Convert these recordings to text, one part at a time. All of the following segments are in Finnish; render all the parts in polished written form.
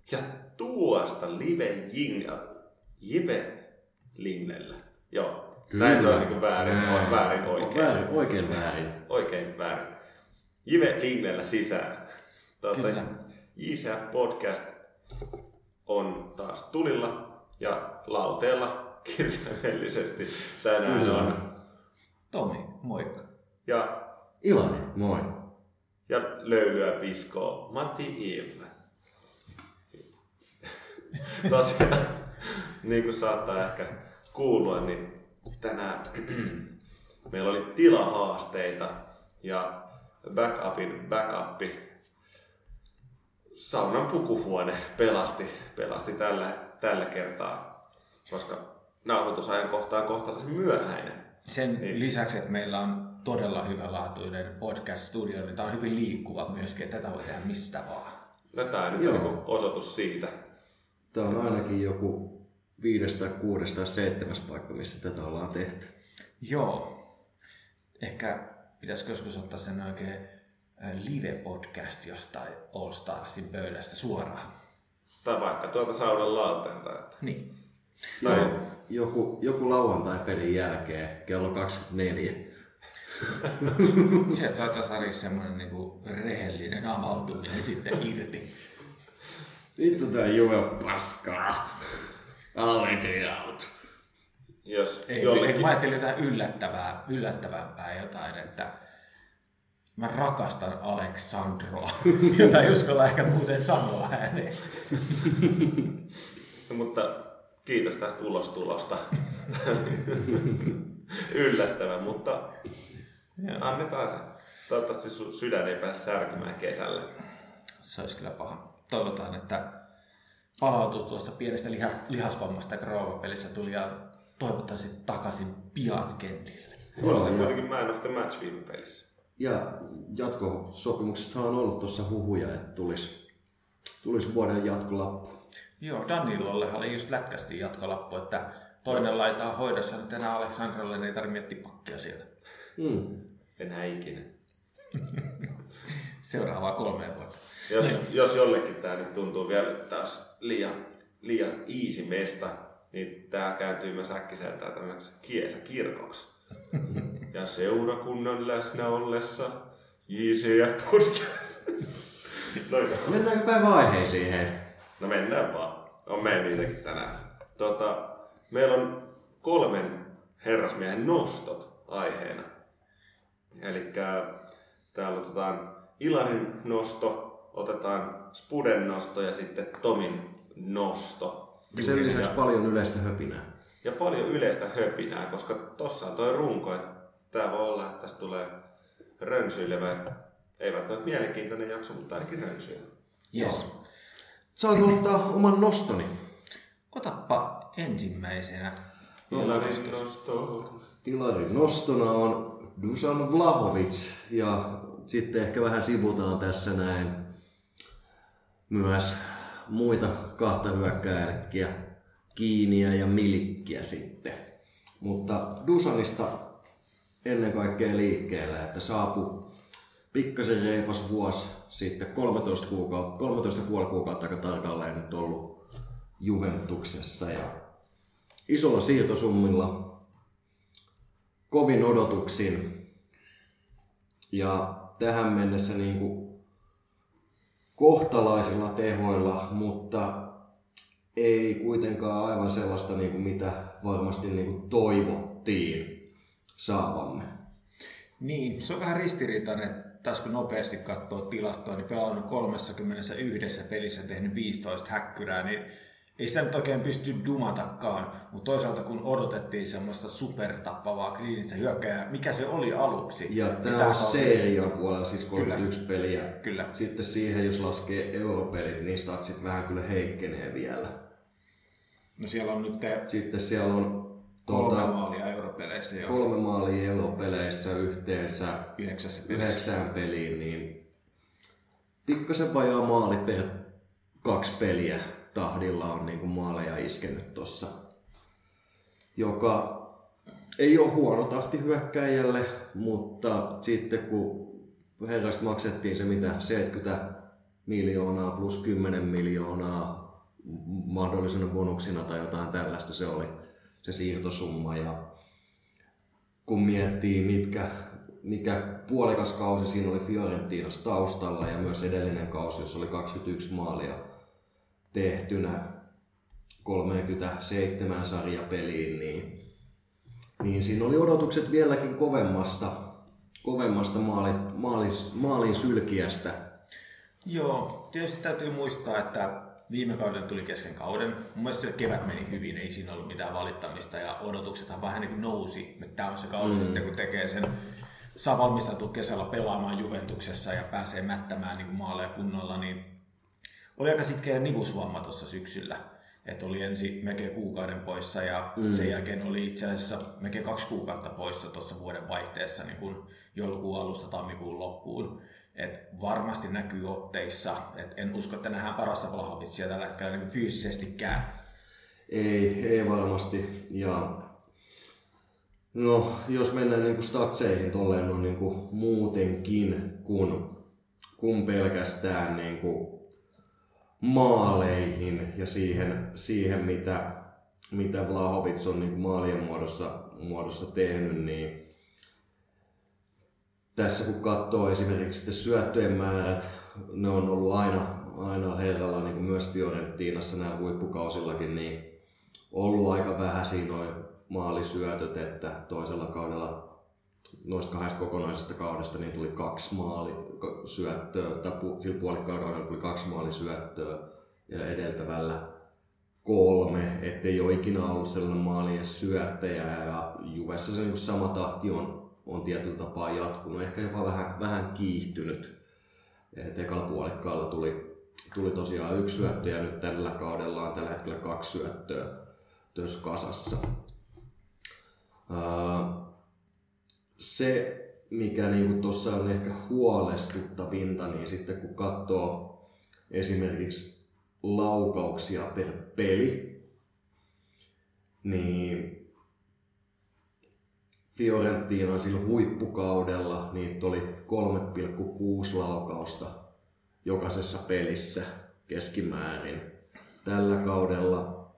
Ja tuosta Jive-Lingnellä. Joo, näin se on niin kuin väärin. On väärin oikein. Oikein väärin. Oikein väärin. Jive-Lingnellä sisään. JCF Podcast on taas tulilla ja lauteella kirjaimellisesti. Tänään on Tomi, moikka. Ja Ilari, moi. Ja löylyä piskoo Matti Iiv. Tosiaan, niin kuin saattaa ehkä kuulua, niin tänään meillä oli tilahaasteita ja backupi saunan pukuhuone pelasti tällä kertaa, koska nauhoitusajan kohta on kohtalaisen myöhäinen. Sen lisäksi, että meillä on todella hyvälaatuinen podcast-studio, niin tämä on hyvin liikkuva myöskin, että tätä voi tehdä mistä vaan. No, tämä nyt on osoitus siitä. Tämä on ainakin joku 5 tai 6 tai 7 paikka, missä tätä ollaan tehty. Joo. Ehkä pitäisikö joskus ottaa sen oikein live-podcast jostain All Starsin pöydästä suoraan. Tai vaikka tuolta saunan lauteelta. Että... Niin. Tai joku lauantai-pelin jälkeen kello 24. Sieltä saataisiin saada semmoinen niinku rehellinen avautuminen sitten irti. Vittu tää Juve paskaa. Allegejaut. Mä ajattelin jotain yllättävämpää jotain, että mä rakastan Aleksandroa, jota ei uskalla ehkä muuten sanoa ääneen. No, mutta kiitos tästä ulostulosta. Yllättävän, mutta annetaan se. Toivottavasti sun sydän ei pääse särkymään kesällä. Se olisi kyllä paha. Toivotaan, että palautus tuosta pienestä lihasvammasta, joka Roova-pelissä tuli, ja toivottavasti takaisin pian kentille. Oli se kuitenkin man of the match viime pelissä. Ja jatkosopimuksestahan on ollut tuossa huhuja, että tulisi vuoden jatkolappu. Joo, Danilollehan oli just lätkästi jatkolappu, että toinen laita on hoidossa, nyt enää Aleksandralle ei tarvitse miettiä pakkia sieltä. Enää ikinä. Seuraavaa 3 vuotta. Jos jollekin tämä nyt tuntuu vielä taas liian easy mesta, niin tämä kääntyy myös äkkiseltään tämmöiseksi kiesakirkoksi. Ja seurakunnan läsnä ollessa JCF Podcast. Mennäänkö päivän aiheisiin, hei? No mennään vaan. On meidän niitäkin tänään. Meillä on 3 herrasmiehen nostot aiheena. Elikkä täällä otetaan Ilarin nosto, otetaan Spuden nosto ja sitten Tomin nosto. Sen lisäksi paljon yleistä höpinää. Ja paljon yleistä höpinää, koska tossa on toi runko, että tää voi olla, että tästä tulee rönsyilevä, ei välttämättä mielenkiintoinen jakso, mutta ainakin rönsyilevä. Yes. Saanko ottaa oman nostoni? Otappa ensimmäisenä. Ilarin nosto. Ilarin nostona on Dusan Vlahovic, ja sitten ehkä vähän sivutaan tässä näin myös muita 2 hyökkääjäretkiä, Kiiniä ja Milikkiä sitten. Mutta Dusanista ennen kaikkea liikkeelle, että saapui pikkasen reipas vuosi sitten, 13,5 kuukautta aika tarkalleen nyt ollut Juventuksessa ja isolla siirtosummilla, kovin odotuksin ja tähän mennessä niin kuin kohtalaisilla tehoilla, mutta ei kuitenkaan aivan sellaista, niin kuin mitä varmasti niin kuin toivottiin saavamme. Niin, se on vähän ristiriitainen. Tässä kun nopeasti katsoo tilastoa, niin pelannut 31 pelissä tehnyt 15 häkkyrää, niin ei sitä nyt oikein pysty dumatakaan. Mutta toisaalta kun odotettiin semmoista supertappavaa kliinistä hyökkääjää, mikä se oli aluksi. Ja tämä on serian puolella siis 31 peliä. Kyllä. Sitten siihen, jos laskee europelit, niin statsit vähän kyllä heikkenee vielä. No siellä on nyt sitten siellä on 3 maalia europeleissä jo. 3 maalia europeleissä yhteensä 9 peliin, niin pikkasen vajaa maali per 2 peliä tahdilla on niin kuin maaleja iskenyt tossa. Joka ei ole huono tahti hyökkäjälle, mutta sitten kun herrasta maksettiin se mitä 70 miljoonaa plus 10 miljoonaa mahdollisena bonuksina tai jotain tällaista, se oli se siirtosumma. Ja kun miettii, mikä puolikas kausi siinä oli Fiorentinassa taustalla ja myös edellinen kausi, jossa oli 21 maalia tehtynä 37 sarjapeliin, niin siinä oli odotukset vieläkin kovemmasta maalin sylkiästä. Joo, tietysti täytyy muistaa, että viime kauden tuli kesken kauden. Mun mielestä se kevät meni hyvin, ei siinä ollut mitään valittamista ja odotuksethan vähän niin kuin nousi. Tämä on se kausi sitten, kun tekee sen, saa valmistautua kesällä pelaamaan Juventuksessa ja pääsee mättämään niin kuin maaleja kunnolla, niin oli aika sitkeä nivusvamma tuossa syksyllä. Että oli ensin melkein kuukauden poissa ja sen jälkeen oli itse asiassa melkein 2 kuukautta poissa tuossa vuoden vaihteessa niin kuin joulukuun alusta tammikuun loppuun. Et varmasti näkyy otteissa. Et en usko, että nähdään parasta Vlahovicia tällä hetkellä niin fyysisestikään. Ei varmasti. Ja no, jos mennään niin kuin statseihin tolleen on niin kuin muutenkin kun pelkästään niin kuin maaleihin ja siihen mitä Vlahovic on niin kuin maalien muodossa tehnyt, niin tässä kun katsoo esimerkiksi syöttöjen määrät, ne on ollut aina herralla niin kuin myös Fiorentinassa näillä huippukausillakin, niin ollut aika vähäisiä noin maalisyötöt, että toisella kaudella noista 2 kokonaisesta kaudesta niin tuli 2 maalisyöttöä, tai sillä puolikkaalla kaudella tuli 2 maalisyöttöä ja edeltävällä 3, ettei ole ikinä ollut sellainen maalien syöttäjä, ja Juvessa se niin sama tahti on tietyllä tapaa jatkunut, ehkä jopa vähän kiihtynyt. Et ekalla puolikkaalla tuli tosiaan 1 syöttö ja nyt tällä kaudella on tällä hetkellä 2 syöttöä tuossa kasassa. Se, mikä niinku tuossa on ehkä huolestuttavinta, niin sitten kun katsoo esimerkiksi laukauksia per peli, niin Fiorentina sillä huippukaudella niitä oli 3,6 laukausta jokaisessa pelissä keskimäärin. Tällä kaudella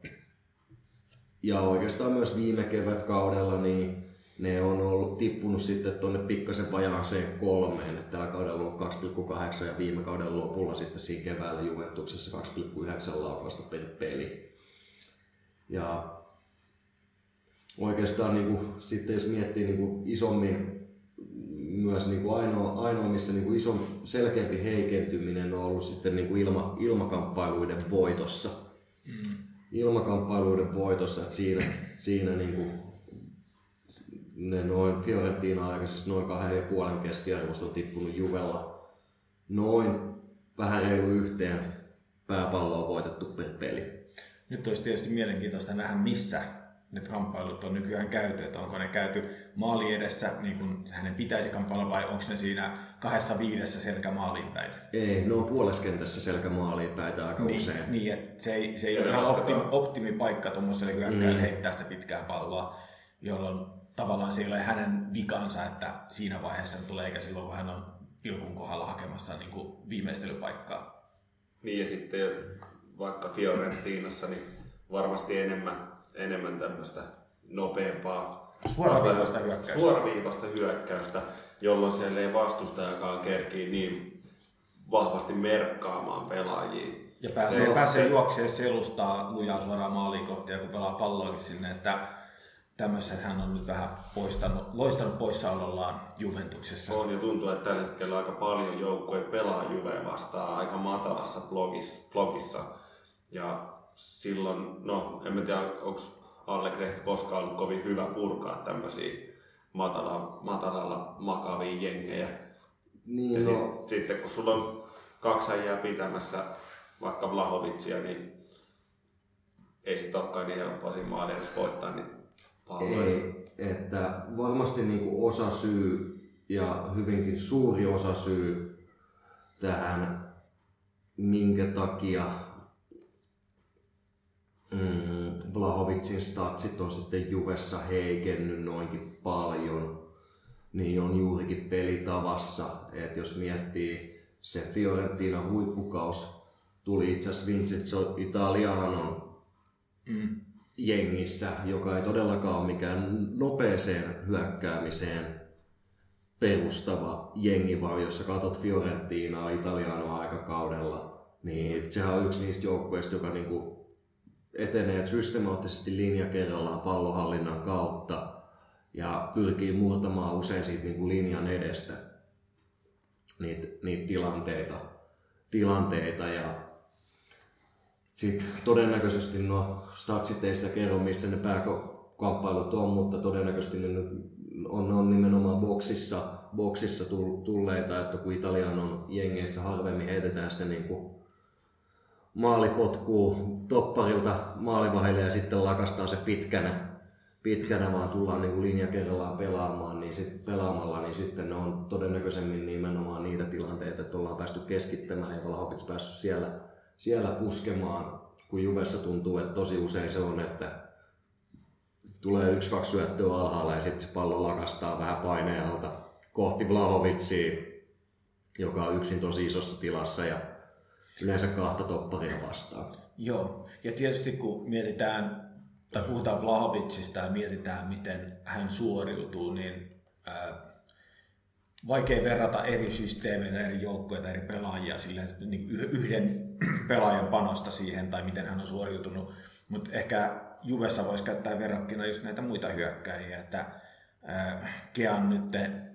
ja oikeastaan myös viime kevätkaudella niin ne on ollut tippunut sitten tuonne pikkasen vajaaseen 3. Tällä kaudella on ollut 2,8 ja viime kauden lopulla sitten siinä keväällä Juventuksessa 2,9 laukausta per peli. Ja oikeastaan niin kuin, sitten jos miettii niin kuin isommin, myös niin kuin ainoa missä niin kuin ison selkeämpi heikentyminen on ollut sitten niin kuin ilmakamppailuiden voitossa. Ilmakamppailuiden voitossa, että siinä niin kuin ne noin Fiorentina-aikaisessa noin 2,5 keskiarvosta on tippunut Juvella noin vähän reilu 1 pääpalloa voitettu per peli. Nyt olisi tietysti mielenkiintoista nähdä, missä ne kamppailut on nykyään käyty, että onko ne käyty maali edessä, niin kuin hänen pitäisi kamppailla, vai onko ne siinä 2/5 selkämaaliin päin? Ei, ne on puoleskentässä selkämaaliin päitä aika usein. Niin, että se ei ole ihan optimipaikka tuommoiselle hyökkääjälle heittää sitä pitkää palloa, jolloin tavallaan se ei ole hänen vikansa, että siinä vaiheessa tulee, eikä silloin kun hän on pilkun kohdalla hakemassa niin kuin viimeistelypaikkaa. Niin ja sitten vaikka Fiorentinassa, niin varmasti enemmän tämmöistä nopeampaa suoraviivasta hyökkäystä, jolloin siellä ei vastustajakaan kerkii niin vahvasti merkkaamaan pelaajia. Ja pääsee juoksemaan selustaa lujaa suoraan maaliin kohti, ja kun pelaa palloakin sinne, että tämmöisen hän on nyt vähän loistanut poissaolollaan Juventuksessa. On ja tuntuu, että tällä hetkellä aika paljon joukkoja pelaa Juvea vastaan aika matalassa blogissa. Ja silloin, no en tiedä, onko Allegri ehkä koskaan ollut kovin hyvä purkaa tämmöisiä matalalla makaavia jengejä. Niin, ja sitten kun sulla on 2 äijää pitämässä vaikka Vlahovicia, niin ei sit olekaan niin helppoa siinä maali edes voittaa niin palloja. Ei, että varmasti niinku osasyy ja hyvinkin suuri osasyy tähän, minkä takia Vlahovicin statsit on sitten Juvessa heikennyt noinkin paljon, niin on juurikin pelitavassa. Et jos miettii se Fiorentinan huippukaus tuli itse asiassa Vincenzo Italianon jengissä, joka ei todellakaan mikään nopeeseen hyökkäämiseen perustava jengi, vaan jos sä katsot Fiorentinaa Italianoa aikakaudella, niin sehän on yksi niistä joukkueista, joka niinku etenee systemaattisesti linja kerrallaan pallonhallinnan kautta ja pyrkii murtamaan usein siitä niinku linjan edestä niitä tilanteita ja sitten todennäköisesti statsit ei sitä kerro, missä ne pääkamppailut on, mutta todennäköisesti ne on nimenomaan boksissa tulleita, että kun Italianon jengeissä harvemmin heitetään sitä niinku maalipotkuu topparilta maalivahille ja sitten lakastaan se pitkänä vaan tullaan niinku linja kerrallaan pelaamalla, niin sitten ne on todennäköisemmin nimenomaan niitä tilanteita, että ollaan päästy keskittämään ja Vlahovic päässyt siellä puskemaan, kun Juvessa tuntuu, että tosi usein se on, että tulee 1-2 syöttöä alhaalla ja sitten se pallo lakastaa vähän painealta kohti Vlahovicia, joka on yksin tosi isossa tilassa ja yleensä 2 topparia vastaan. Joo, ja tietysti kun mietitään tai puhutaan Vlahovicista ja mietitään, miten hän suoriutuu, niin vaikea verrata eri systeemeitä, eri joukkoja, eri pelaajia sille, niin yhden pelaajan panosta siihen tai miten hän on suoriutunut. Mutta ehkä Juvessa voisi käyttää verrokkina just näitä muita hyökkäjiä, että Kean nyt,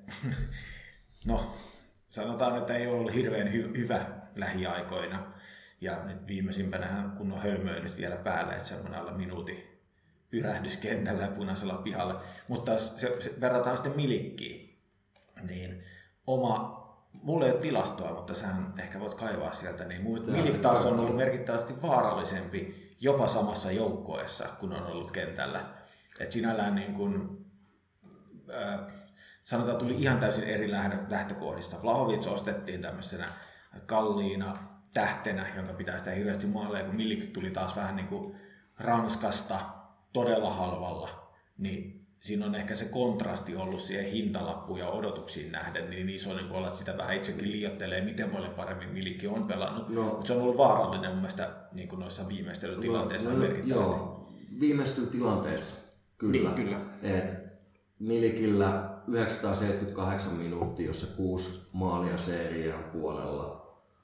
no sanotaan, että ei ole ollut hirveän hyvä lähiaikoina. Ja nyt viimeisimpänä kun on hölmöinyt vielä päälle, että semmoinen alla minuutin pyrähdyskentällä ja punaisella pihalle. Mutta se verrataan sitten Milikkiin, niin mulla ei ole tilastoa, mutta sähän ehkä voit kaivaa sieltä, niin Milik taas on ollut merkittävästi vaarallisempi jopa samassa joukkoessa, kun on ollut kentällä. Et sinällään niin kun, sanotaan, tuli ihan täysin eri lähtökohdista. Vlahovic ostettiin tämmöisenä kalliina tähtenä, jonka pitää sitä hirveästi maaleja, kun Milik tuli taas vähän niin kuin Ranskasta todella halvalla, niin siinä on ehkä se kontrasti ollut siihen hintalappuun ja odotuksiin nähden niin iso, niin kuin sitä vähän itsekin liioittelee, miten paljon paremmin Milikki on pelannut. Mutta se on ollut vaarallinen mun mielestä niin kuin noissa viimeistelytilanteissa merkittävästi. Joo, viimeistelytilanteessa kyllä. Niin, kyllä. Milikillä 978 minuuttia, jossa 6 maalia serian puolella.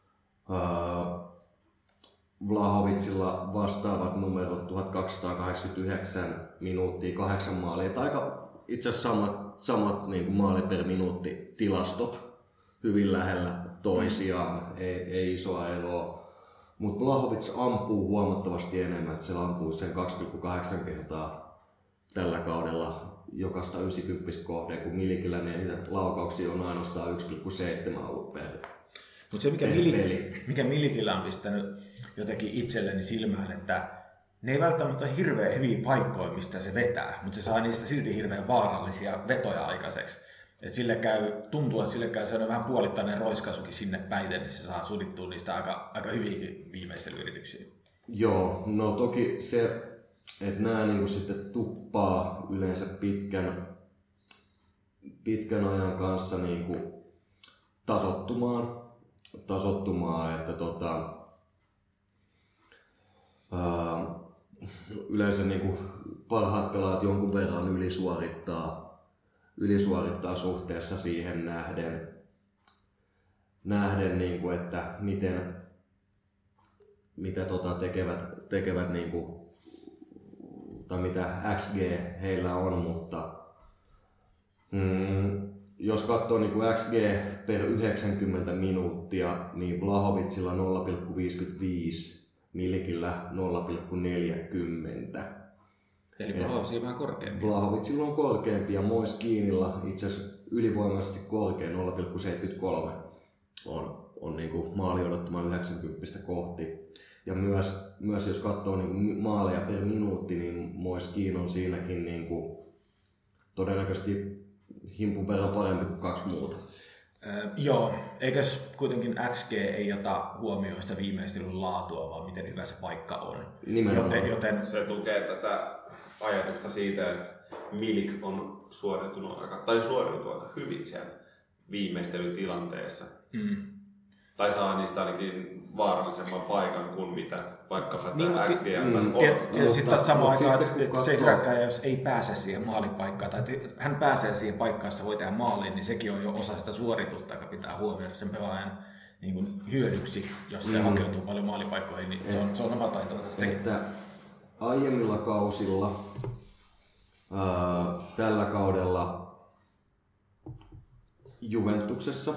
Vlahovicilla vastaavat numerot 1289 minuuttia, 8 maalia. Aika itse asiassa samat niin kuin maali per minuutti tilastot hyvin lähellä toisiaan, ei isoa eroa. Mutta Vlahovic ampuu huomattavasti enemmän, että se ampuu sen 2,8 kertaa tällä kaudella jokaista 90 kohteen, kun Milikillä niitä laukauksia on ainoastaan 1,7 ollut per. Mutta se, mikä Milikillä on pistänyt jotenkin itselleni silmään, että ne ei välttämättä ole hirveän hyviä paikkoja, mistä se vetää, mutta se saa niistä silti hirveän vaarallisia vetoja aikaiseksi. Et tuntuu, että sille käy sellainen vähän puolittainen roiskaisukin sinne päin, niin se saa sudittua niistä aika hyviäkin viimeistelyyrityksiä. Joo, no toki se, että nämä niinku sitten tuppaa yleensä pitkän ajan kanssa niinku tasottumaan, että yleensä niinku parhaat pelaajat jonkun verran ylisuorittaa suhteessa siihen nähden niinku, että mitä tekevät niinku, tai mitä XG heillä on, mutta jos katsoo niinku XG per 90 minuuttia, niin Vlahovicilla 0,55, Milikillä 0,40. Eli Vlahovicilla vähän korkeampi. Vlahovicilla on korkeampi ja Moiskiinilla itse asiassa ylivoimaisesti korkein 0,73 on niinku maali odottama 90 kohti. Ja myös jos katsoo niinku maaleja per minuutti, niin Moiskiin on siinäkin niinku todennäköisesti himpun verran parempi kuin 2 muuta. Joo, eikös kuitenkin XG ei ota huomioon sitä viimeistelyn laatua, vaan miten hyvä se paikka on. Joten se tukee tätä ajatusta siitä, että Milik on suoriutuu aika hyvin siellä viimeistelytilanteessa. Tai saa niistä ainakin vaarallisemman paikan kuin mitä vaikkapa niin, tämä XG antaisi tietysti taas samaan aikaan, että se hyökkääjä, jos ei pääse siihen maalipaikkaan, tai hän pääsee siihen paikkaan, jossa voi tehdä maaliin, niin sekin on jo osa sitä suoritusta, joka pitää huomioida sen pelaajan niin kuin hyödyksi, jos se hakeutuu paljon maalipaikkoihin, niin se on oma taitonsa sekin. Että aiemmilla kausilla, tällä kaudella Juventuksessa,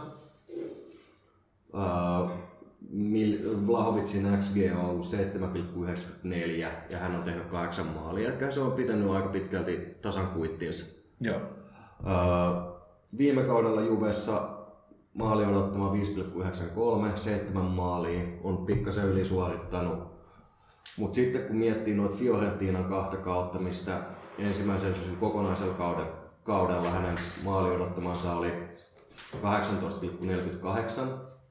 Vlahovicin XG on ollut 7,94 ja hän on tehnyt 8 maalia, eli se on pitänyt aika pitkälti tasan kuittinsa. Joo. Viime kaudella Juvessa maali odottama 5,93, 7 maalia, on pikkasen ylisuorittanut. Mutta sitten kun miettii noita Fiorentinan 2 kautta, mistä ensimmäisellä kokonaisella kaudella hänen maali odottamansa oli 18,48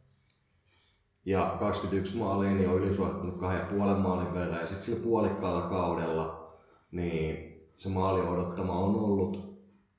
ja 21 maalia, niin on ylisuorittanut 2,5 maalin verran. Ja sitten sillä puolikkaalla kaudella niin se maali odottama on ollut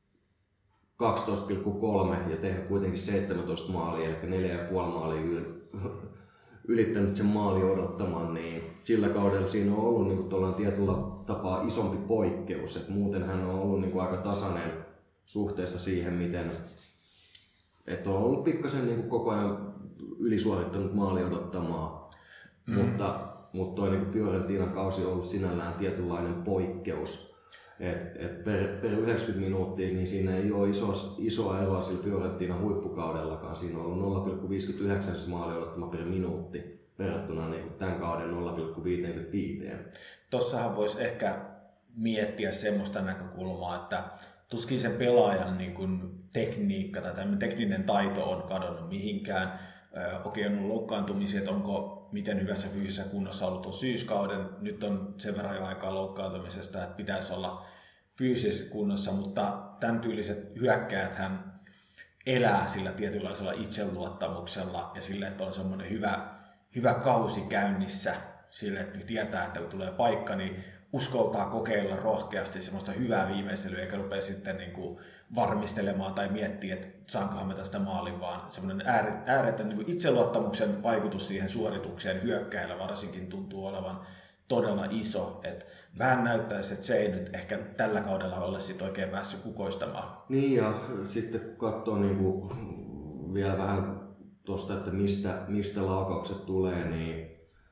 12,3 ja tehnyt kuitenkin 17 maalia, eli 4,5 maalia ylittänyt sen maali odottaman, niin sillä kaudella siinä on ollut niin kuin tietyllä tapaa isompi poikkeus. Et muuten hän on ollut niin kuin aika tasainen suhteessa siihen, miten että on ollut pikkasen niin kuin koko ajan ylisuorittanut maali odottamaa. Mutta toi niin kuin Fiorentinan kausi on ollut sinällään tietynlainen poikkeus. Et per 90 minuuttia niin siinä ei ole isoa eroa sillä Fiorentinan huippukaudellakaan. Siinä on ollut 0,59 maali odottama per minuutti verrattuna niin tämän kauden 0,55. Tossahan voisi ehkä miettiä semmoista näkökulmaa, että tuskin sen pelaajan niin kuin tekniikka tai tämmöinen tekninen taito on kadonnut mihinkään. Okei, on ollut loukkaantumisia, että miten hyvässä fyysisessä kunnossa ollut tuon syyskauden. Nyt on sen verran jo aikaa loukkaantumisesta, että pitäisi olla fyysisessä kunnossa, mutta tämän tyyliset hyökkäjäthän elää sillä tietynlaisella itseluottamuksella ja sillä, että on semmoinen hyvä kausi käynnissä, sillä, että tietää, että kun tulee paikka, niin uskaltaa kokeilla rohkeasti semmoista hyvää viimeistelyä, eikä rupea sitten niin kuin varmistelemaan tai miettiä, että saankohan mä tästä maalin, vaan semmoinen ääretön niin kuin itseluottamuksen vaikutus siihen suoritukseen hyökkäillä varsinkin tuntuu olevan todella iso. Et vähän näyttäisi, että se ei nyt ehkä tällä kaudella ole sit oikein päässyt kukoistamaan. Niin ja sitten kun katsoo niin kuin vielä vähän tuosta, että mistä laukaukset tulee, niin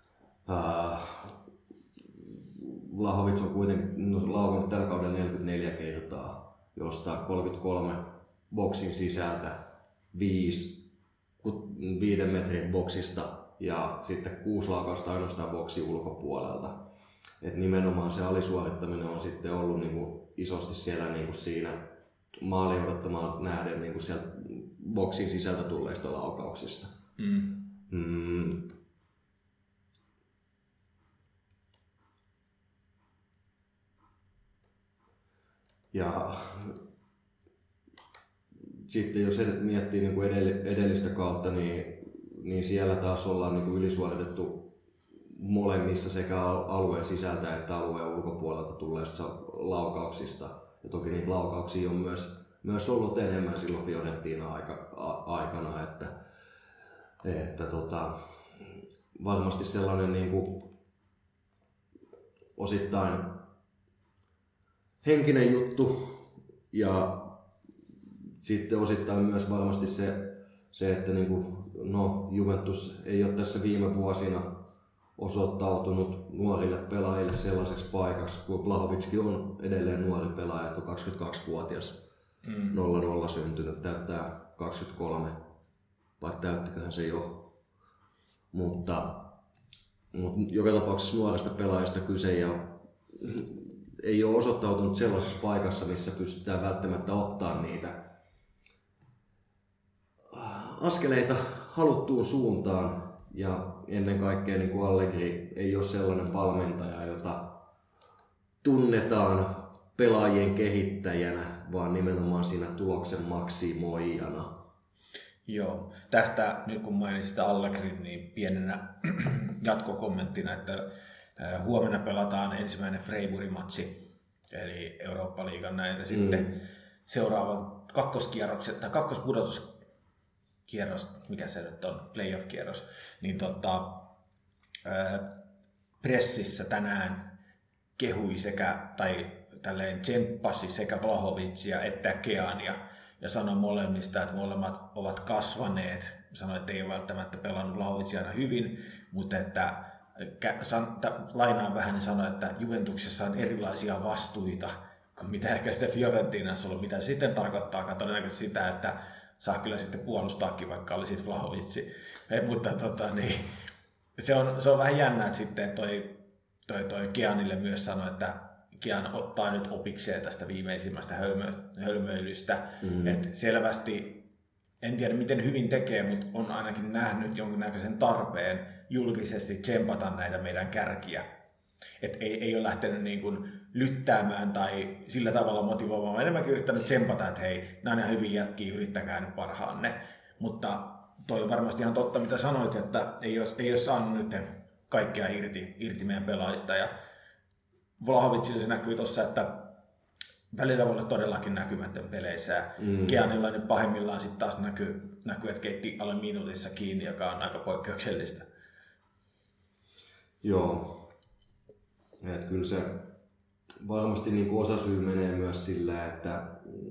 Vlahovic on kuitenkin laukannut tällä kaudella 44 kertaa, josta 33 boksin sisältä, 5 metrin boksista ja sitten 6 laukausta ainoastaan boksin ulkopuolelta. Et nimenomaan se alisuorittaminen on sitten ollut niinku isosti siellä niinku siinä maaliin odottamaan nähden niinku sieltä boksin sisältä tulleista laukauksista. Ja sitten jos miettii niin kuin edellistä kautta, niin siellä taas ollaan niin kuin ylisuoritettu molemmissa sekä alueen sisältä että alueen ulkopuolelta tulleista laukauksista. Ja toki niitä laukauksia on myös ollut enemmän silloin Fiorentinan aikana, että varmasti sellainen niin kuin osittain henkinen juttu ja sitten osittain myös varmasti se että Juventus ei ole tässä viime vuosina osoittautunut nuorille pelaajille sellaiseksi paikaksi, kun Vlahovickin on edelleen nuori pelaaja, on 22-vuotias, 00 syntynyt, täyttää 23, vai täyttiköhän se jo. Mutta joka tapauksessa nuoresta pelaajasta kyse ja ei ole osoittautunut sellaisessa paikassa, missä pystytään välttämättä ottaa niitä askeleita haluttuun suuntaan. Ja ennen kaikkea niin kuin Allegri ei ole sellainen valmentaja, jota tunnetaan pelaajien kehittäjänä, vaan nimenomaan siinä tuloksen maksimoijana. Joo, tästä nyt kun mainitsit Allegrin, niin pienenä jatkokommenttina, että huomenna pelataan ensimmäinen Freiburgin matsi, eli Eurooppa-liigan näin, ja sitten seuraavan kakkospudotusturnaukseen kierros, mikä se nyt on, playoff-kierros, niin pressissä tänään kehui tai tälleen tsemppasi sekä Vlahovicia että Keania ja sanoi molemmista, että molemmat ovat kasvaneet. Sanoi, että ei ole välttämättä pelannut Vlahovicia aina hyvin, mutta että lainaan vähän, niin sanoi, että Juventuksessa on erilaisia vastuita kuin mitä ehkä sitten Fiorentinassa on ollut. Mitä se sitten tarkoittaa? Todennäköisesti sitä, että saa kyllä sitten puolustaakin, vaikka oli sitten Vlahovici. Mutta niin, se on vähän jännä, että sitten toi Keanille myös sanoi, että Kean ottaa nyt opikseen tästä viimeisimmästä hölmöilystä. Että selvästi, en tiedä miten hyvin tekee, mutta on ainakin nähnyt jonkinnäköisen tarpeen julkisesti tsempata näitä meidän kärkiä. Että ei ole lähtenyt niin kuin lyttäämään tai sillä tavalla motivoimaan, vaan enemmänkin yrittänyt tsempata, että hei, nämä on ihan hyvin jätkiä, yrittäkää nyt parhaanne. Mutta toi on varmasti ihan totta, mitä sanoit, että ei ole saanut nyt kaikkea irti meidän pelaajista. Ja Vlahovicilla se näkyy tuossa, että välillä voi olla todellakin näkymätön peleissä. Keanilla nyt pahimmillaan sitten taas näkyy, että keitti alle minuutissa kiinni, joka on aika poikkeuksellista. Joo. Et kyllä se varmasti niin kuin osasyy menee myös sillä, että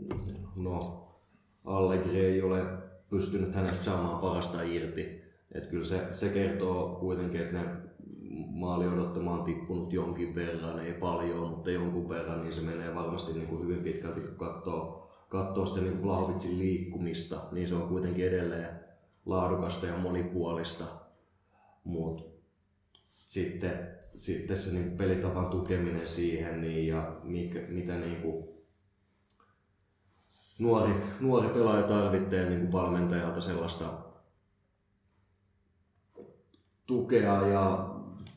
Allegri ei ole pystynyt hänestä saamaan parasta irti. Et kyllä se kertoo kuitenkin, että ne maali odottama on tippunut jonkin verran, ei paljon, mutta jonkun verran, niin se menee varmasti niin kuin hyvin pitkälti, kun katsoo sitä niin Vlahovicin liikkumista, niin se on kuitenkin edelleen laadukasta ja monipuolista. Mutta sitten se niin pelitavan tukeminen siihen niin, ja mitä niin kuin nuori pelaaja tarvitsee niin kuin valmentajalta sellaista tukea ja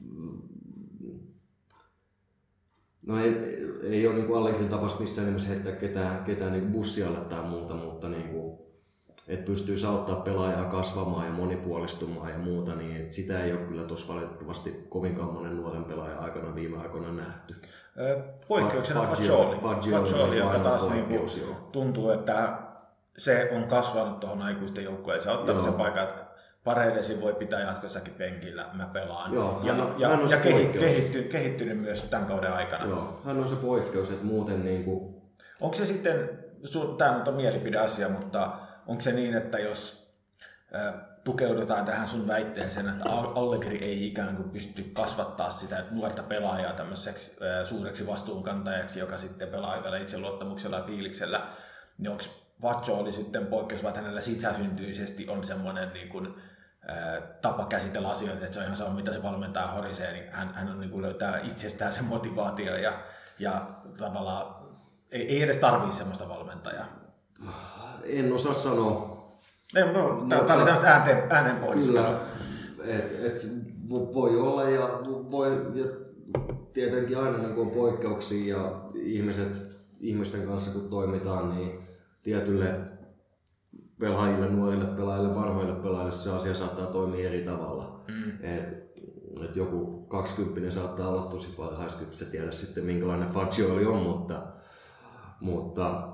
ei ole niin Allegrin tapasta missään nimessä heittää ketään niin bussialle tai muuta, mutta niin kuin, että pystyy auttaa pelaajaa kasvamaan ja monipuolistumaan ja muuta, niin sitä ei ole kyllä tuossa valitettavasti kovinkaan monen nuoren pelaajan aikana viime aikoina nähty. Poikkeuksena Fagioli, joka taas tuntuu, että se on kasvanut tuohon aikuisten joukkueeseen, ottanut sen paikan, että Paredesi voi pitää jatkossakin penkillä, mä pelaan. Joo, ja kehittynyt myös tämän kauden aikana. Joo, hän on se poikkeus, että muuten niin kuin... Onko se sitten, tämä on mielipideasia, mutta onko se niin, että jos tukeudutaan tähän sun väitteeseen, että Allegri ei ikään kuin pysty kasvattaa sitä nuorta pelaajaa tämmöiseksi suureksi vastuunkantajaksi, joka sitten pelaa aikana itseluottamuksella ja fiiliksellä, niin onko Fagioli sitten poikkeus, vaan hänellä sisäsyntyisesti on semmoinen niin kuin, tapa käsitellä asioita, että se on ihan sama, mitä se valmentaa horisee, niin hän on, niin kuin löytää itsestään sen motivaatio ja tavallaan ei edes tarvitse semmoista valmentajaa. En osaa sanoa. Tämä oli tämmöistä ääneen pohdiskelua. Kyllä, voi olla ja tietenkin aina niin on poikkeuksia ja ihmisten kanssa kun toimitaan, niin tietyille pelaajille, nuorille pelaajille, vanhoille pelaajille se asia saattaa toimia eri tavalla. Et joku 20 saattaa olla tosi varhaiskypsä tiedä sitten minkälainen Fagioli on, mutta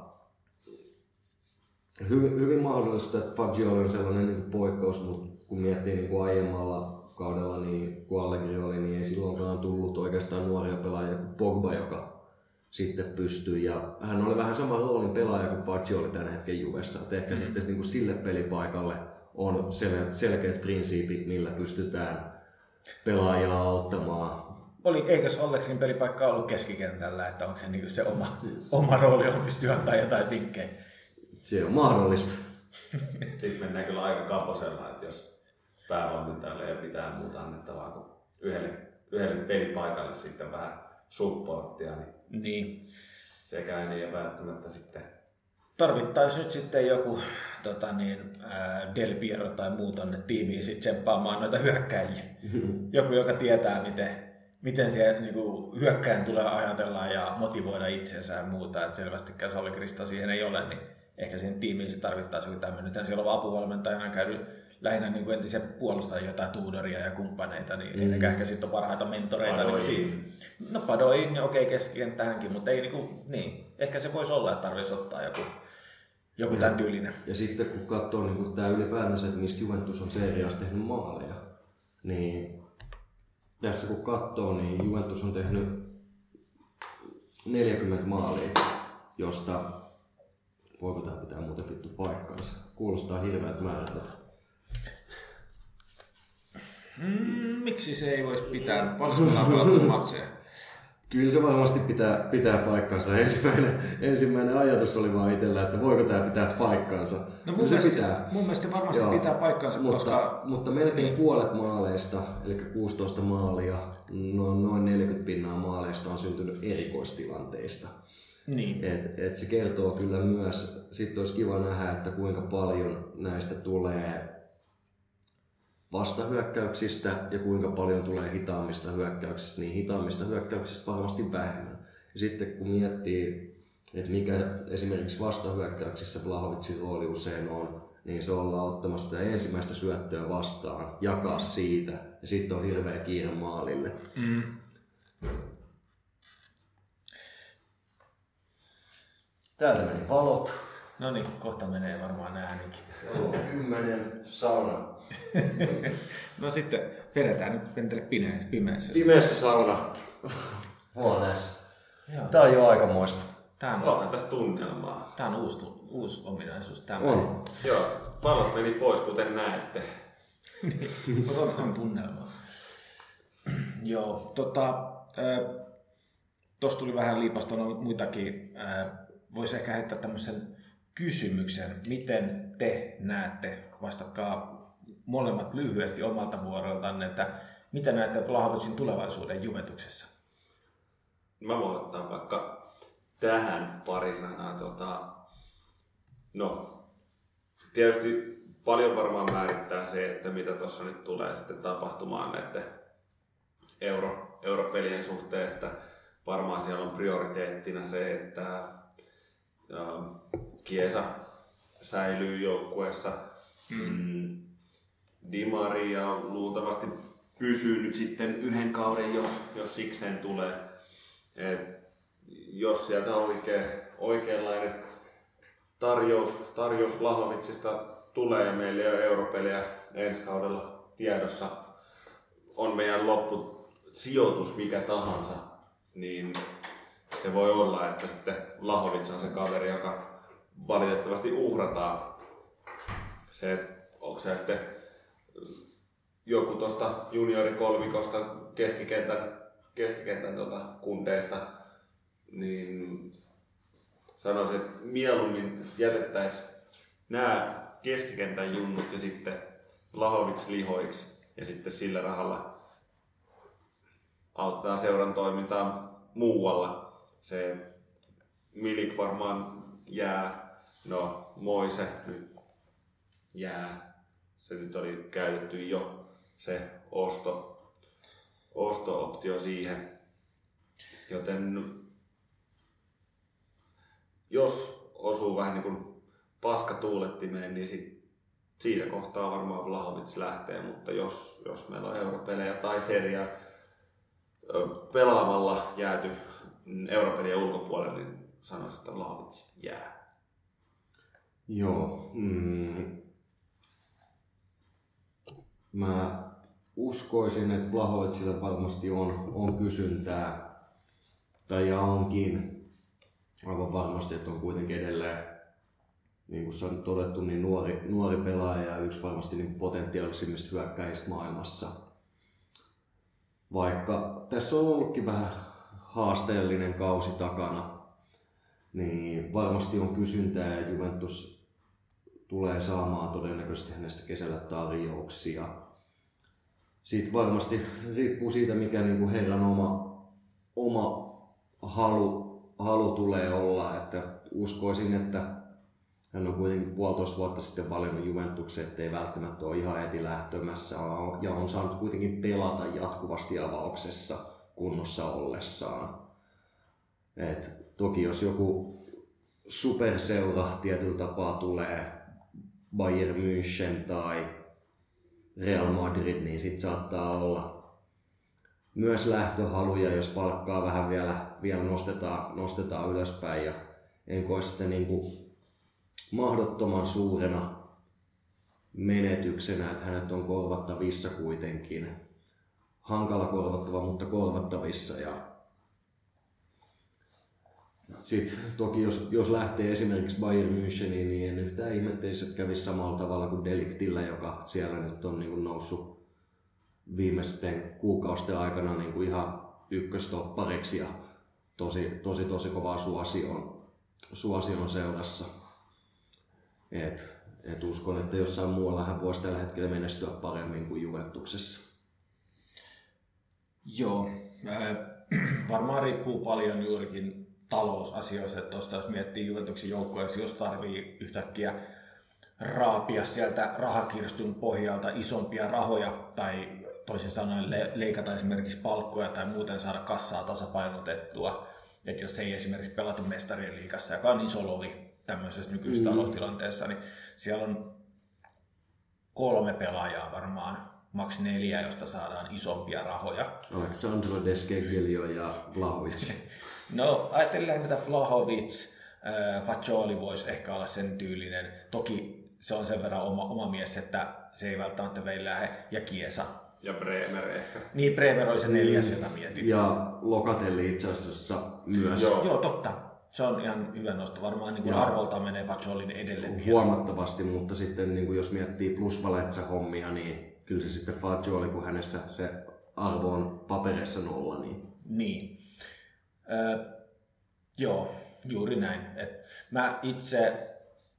hyvin mahdollista, että Fagioli on sellainen niin kuin poikkeus, mutta kun miettii niin kuin aiemmalla kaudella, niin kun Allegri oli, niin ei silloinkaan tullut oikeastaan nuoria pelaajia kuin Pogba, joka sitten pystyi. Ja hän oli vähän sama roolin pelaaja kuin Fagioli tämän hetken Juvessa. Et ehkä sitten niin kuin sille pelipaikalle on selkeät prinsiipit, millä pystytään pelaajaa auttamaan. Eikös Allegrin pelipaikka ollut keskikentällä, että onko se, niin se oma rooli on pystyä antaa jotain vinkkejä? Se on mahdollista. Sitten mennään kyllä aika kaposella, että jos päävalmentajalle ei ole mitään muuta annettavaa kuin yhdelle pelipaikalle sitten vähän supporttia, niin sekään ei välttämättä sitten... Tarvittaisiin nyt sitten joku Del Piero tai muu tonne tiimiin sitten tsemppaamaan noita hyökkäjiä. Joku, joka tietää, miten siellä niinku hyökkäjän tulee ajatella ja motivoida itsensä ja muuta. Et selvästikään Allegrista siihen ei ole, niin ehkä siihen tiimiin se tarvittaisiin joku tämmöinen. Nythän siellä on apuvalmentajana käynyt lähinnä niin entisiä puolustajia, jotain Tudoria ja kumppaneita, niin ehkä sitten on parhaita mentoreita. No Padoin, okei, keskikenttä hänkin, mutta ei niin. Ehkä se voisi olla, että tarvitsisi ottaa joku tämän tyylinen. Ja sitten kun katsoo niin tämä ylipäätänsä, että mistä Juventus on seriassa tehnyt maaleja, niin tässä kun katsoo, niin Juventus on tehnyt 40 maalia, josta voiko tämä pitää muuten vittu paikkaansa? Kuulostaa hirveältä määrältä. Miksi se ei voisi pitää? Paljon meillä on pelattu matseja? Kyllä se varmasti pitää paikkansa. Ensimmäinen ajatus oli vaan itsellä, että voiko tämä pitää paikkansa. No mun mielestä se varmasti pitää paikkansa, mutta melkein puolet maaleista, eli 16 maalia, noin 40% maaleista on syntynyt erikoistilanteista. Niin. Et se kertoo kyllä myös, sitten olisi kiva nähdä, että kuinka paljon näistä tulee vastahyökkäyksistä ja kuinka paljon tulee hitaammista hyökkäyksistä, niin hitaammista hyökkäyksistä varmasti vähemmän. Ja sitten kun miettii, että mikä esimerkiksi vastahyökkäyksissä Vlahovicin rooli usein on, niin se ollaan ottamassa sitä ensimmäistä syöttöä vastaan, jakaa siitä ja sitten on hirveä kiire maalille. Täältä meni valot. No niin, kohta menee varmaan äänikin. Joo, 10 sauna. No sitten vedetään nyt pentele pimeässä. Pimeässä sauna huoneessa. Tää on jo aikamoista. Onhan tässä tunnelmaa. Tää on uusi ominaisuus. On. Joo, valot meni pois kuten näette. Mutta on tunnelmaa. Joo, tossa tuli vähän liipastona muitakin. Voisi ehkä heittää tämmöisen kysymyksen. Miten te näette, vastatkaa molemmat lyhyesti omalta vuoroltanne, että miten näette Vlahovicin tulevaisuuden Juventuksessa? Mä voin ottaa vaikka tähän pari sanaa. No, tietysti paljon varmaan määrittää se, että mitä tuossa nyt tulee sitten tapahtumaan näiden europelien suhteen, että varmaan siellä on prioriteettina se, että Chiesa säilyy joukkueessa. Di Maria luultavasti pysyy nyt sitten yhden kauden, jos sikseen tulee. Jos sieltä oikeanlainen tarjous Vlahovicista tulee ja meillä ei ole europelejä ensi kaudella tiedossa, on meidän loppusijoitus mikä tahansa, niin se voi olla, että sitten Vlahovic on se kaveri, joka valitettavasti uhrataan. Onko se sitten joku tuosta juniorikolmikosta keskikentän kunteista, niin sanoisin, että mieluummin jätettäisiin nämä keskikentän junnut ja sitten Vlahovic lihoiksi ja sitten sillä rahalla autetaan seuran toimintaa muualla. Se Milik varmaan jää, no Moise nyt jää. Se nyt oli käytetty jo se osto-optio siihen. Joten jos osuu vähän niin kuin paska tuulettimeen, niin siinä kohtaa varmaan Vlahovic lähtee, mutta jos meillä on europelejä tai seriaa pelaamalla jääty europelien ulkopuolelle, niin sanoisin, että Vlahovic jää. Joo. Mä uskoisin, että Vlahovicilla varmasti on kysyntää, ja onkin aivan varmasti, että on kuitenkin edelleen, niin kuin on todettu, niin nuori pelaaja ja yksi varmasti niin potentiaalisimmista hyökkäistä maailmassa. Vaikka tässä on ollutkin vähän haasteellinen kausi takana, niin varmasti on kysyntää ja Juventus tulee saamaan todennäköisesti hänestä kesällä tarjouksia. Siitä varmasti riippuu siitä, mikä niin kuin herran oma halu tulee olla. Että uskoisin, että hän on kuitenkin 1,5 vuotta sitten valinnut Juventuksen, ettei välttämättä ole ihan heti lähtömässä ja on saanut kuitenkin pelata jatkuvasti avauksessa kunnossa ollessaan. Toki jos joku superseura tietyllä tapaa tulee, Bayern München tai Real Madrid, niin sit saattaa olla myös lähtöhaluja, jos palkkaa vähän vielä nostetaan ylöspäin. Ja en koe sitä niinku mahdottoman suurena menetyksenä, että hänet on korvattavissa kuitenkin. Hankala korvattava, mutta korvattavissa. Ja sitten toki jos lähtee esimerkiksi Bayern Müncheniin, niin en yhtään ihmettelisi, että kävisi samalla tavalla kuin De Ligtillä, joka siellä nyt on niin kuin noussut viimeisten kuukausien aikana niin kuin ihan ykköstoppariksi ja tosi kovaa suosion seurassa. Et uskon, että jossain muualla hän voisi tällä hetkellä menestyä paremmin kuin Juventuksessa. Joo, varmaan riippuu paljon juurikin talousasioista. Tuosta jos miettii Juventuksen joukkueessa, jos tarvii yhtäkkiä raapia sieltä rahakirstun pohjalta isompia rahoja tai toisin sanoen leikata esimerkiksi palkkoja tai muuten saada kassaa tasapainotettua. Että jos ei esimerkiksi pelata mestarien liigassa, joka on iso lovi tämmöisessä nykyisessä taloustilanteessa, niin siellä on 3 pelaajaa varmaan, maks 4, josta saadaan isompia rahoja. Aleksandro Deskegelio ja Vlahovic. No, ajattelin, että Vlahovic, Fagioli voisi ehkä olla sen tyylinen. Toki se on sen verran oma mies, että se ei välttämättä vein lähde. Ja Chiesa. Ja Bremer ehkä. Niin, Bremer oli se 4, jota mietin. Ja Locatelli itse asiassa myös. Joo, totta. Se on ihan hyvä nosto. Varmaan niin arvolta menee Fagiolin edelle. Huomattavasti, mutta sitten niin jos miettii plusvalenssa-hommia, niin kyllä se sitten Fagioli, kun hänessä se arvo on paperissa 0. Niin. Joo, juuri näin. Mä itse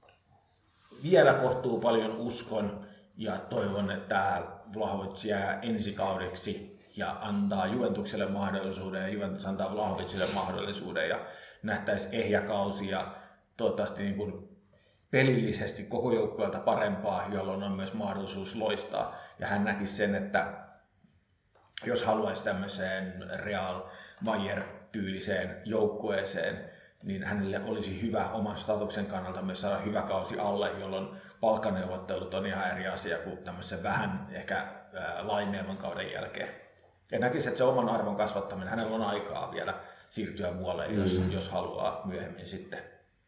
vielä kohtuu paljon uskon ja toivon, että Vlahovic jää ensi kaudeksi ja antaa Juventukselle mahdollisuuden ja Juventus antaa Vlahovicille mahdollisuuden ja nähtäisi ehjä kausi ja toivottavasti niin kuin pelillisesti koko joukkueelta parempaa, jolloin on myös mahdollisuus loistaa. Ja hän näkisi sen, että jos haluaisi tämmöiseen Real Bayern-tyyliseen joukkueeseen, niin hänelle olisi hyvä oman statuksen kannalta myös saada hyvä kausi alle, jolloin palkkaneuvottelut on ihan eri asia kuin tämmöisen vähän ehkä laimeavan kauden jälkeen. Ja näkisi, että se oman arvon kasvattaminen, hänellä on aikaa vielä siirtyä muualle, jos haluaa myöhemmin sitten.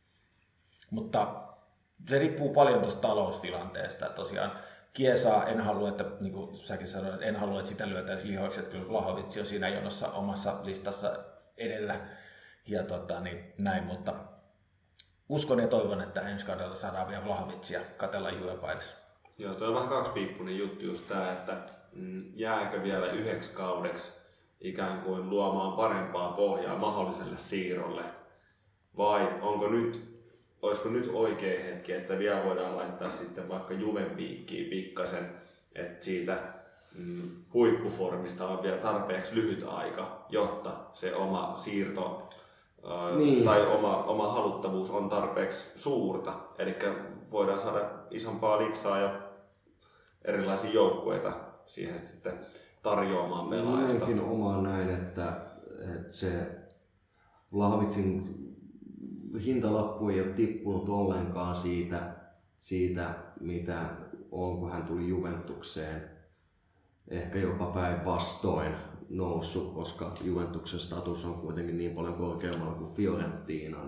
Mutta se riippuu paljon tuosta taloustilanteesta. Tosiaan Chiesaa en halua, että niin kuin säkin sanoit, en halua, että sitä lyötäisi lihoiksi, että kyllä Vlahovic on siinä jonossa omassa listassa edellä. Ja näin, mutta uskon ja toivon, että ensi kaudella saadaan vielä Vlahovicia katsella Juve edessä. Joo, tuo on vähän kaksipiippunen juttu just tää, että jääkö vielä 9 kaudeksi ikään kuin luomaan parempaa pohjaa mahdolliselle siirrolle, vai olisiko nyt oikea hetki, että vielä voidaan laittaa sitten vaikka Juven piikkiin pikkasen, että siitä huippuformista on vielä tarpeeksi lyhyt aika, jotta se oma siirto tai oma haluttavuus on tarpeeksi suurta. Eli voidaan saada isompaa liksaa ja erilaisia joukkueita siihen sitten tarjoamaan pelaajista. Minäkin omaan näin, että se Vlahovicin hintalappu ei ole tippunut ollenkaan siitä mitä on, kun hän tuli Juventukseen. Ehkä jopa päinvastoin noussut, koska Juventuksen status on kuitenkin niin paljon korkeammalla kuin Fiorentinan.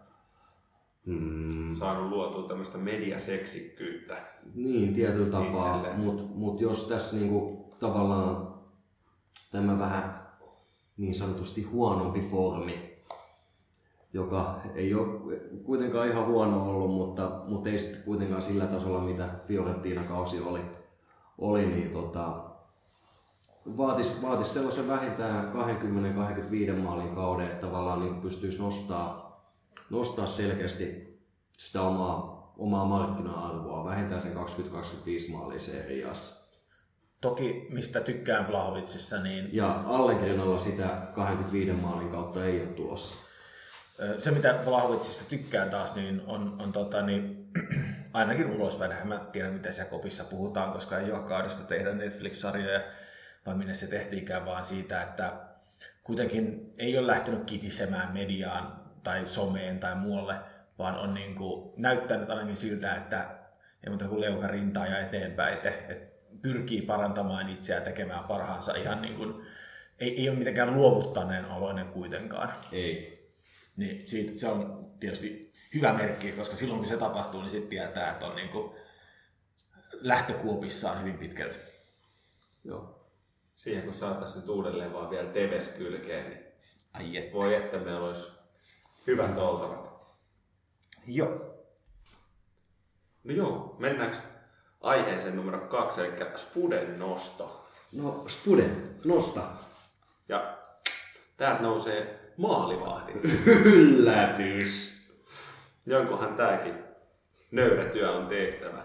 Saanut luotua tämmöistä mediaseksikkyyttä. Niin, tietyllä tapaa, mutta jos tässä niinku tavallaan tämä vähän niin sanotusti huonompi formi, joka ei ole kuitenkaan ihan huono ollut, mutta ei sitten kuitenkaan sillä tasolla, mitä Fiorentina-kausi oli niin vaatisi sellaisen vähintään 20-25 maalin kauden, että tavallaan niin pystyisi nostaa selkeästi sitä omaa markkina-arvoa, vähintään sen 20-25 maalia seriassa. Toki, mistä tykkään Vlahovicissa, niin... Ja Allegrinalla sitä 25 maalin kautta ei ole tulossa. Se, mitä Vlahovicissa tykkään taas, niin on ainakin ulospäin. En mä tiedä, miten siellä kopissa puhutaan, koska ei ole kaudesta tehdä Netflix-sarjoja, vai minne se tehtiinkään, vaan siitä, että kuitenkin ei ole lähtenyt kitisemään mediaan tai someen tai muualle, vaan on niin kuin näyttänyt ainakin siltä, että ei muuta kuin leuka rintaa ja eteenpäin, että pyrkii parantamaan itseään, tekemään parhaansa ihan niin kuin, ei ole mitenkään luovuttaneen oloinen kuitenkaan. Ei. niin se on tietysti hyvä merkki, koska silloin kun se tapahtuu, niin sitten tietää, että on niin kuin lähtökuopissaan hyvin pitkälti. Joo. Siihen kun saataisiin nyt uudelleen vaan vielä Teves kylkeen, niin Ai että. voi että meillä olisi hyvät oltavat. Joo. No joo, mennäänkö aiheeseen numero 2, eli Spuden nosto. No, Spude, nosta. Ja täältä nousee maalivahdit. Yllätys. Jonkunhan tääkin nöyrä työ on tehtävä.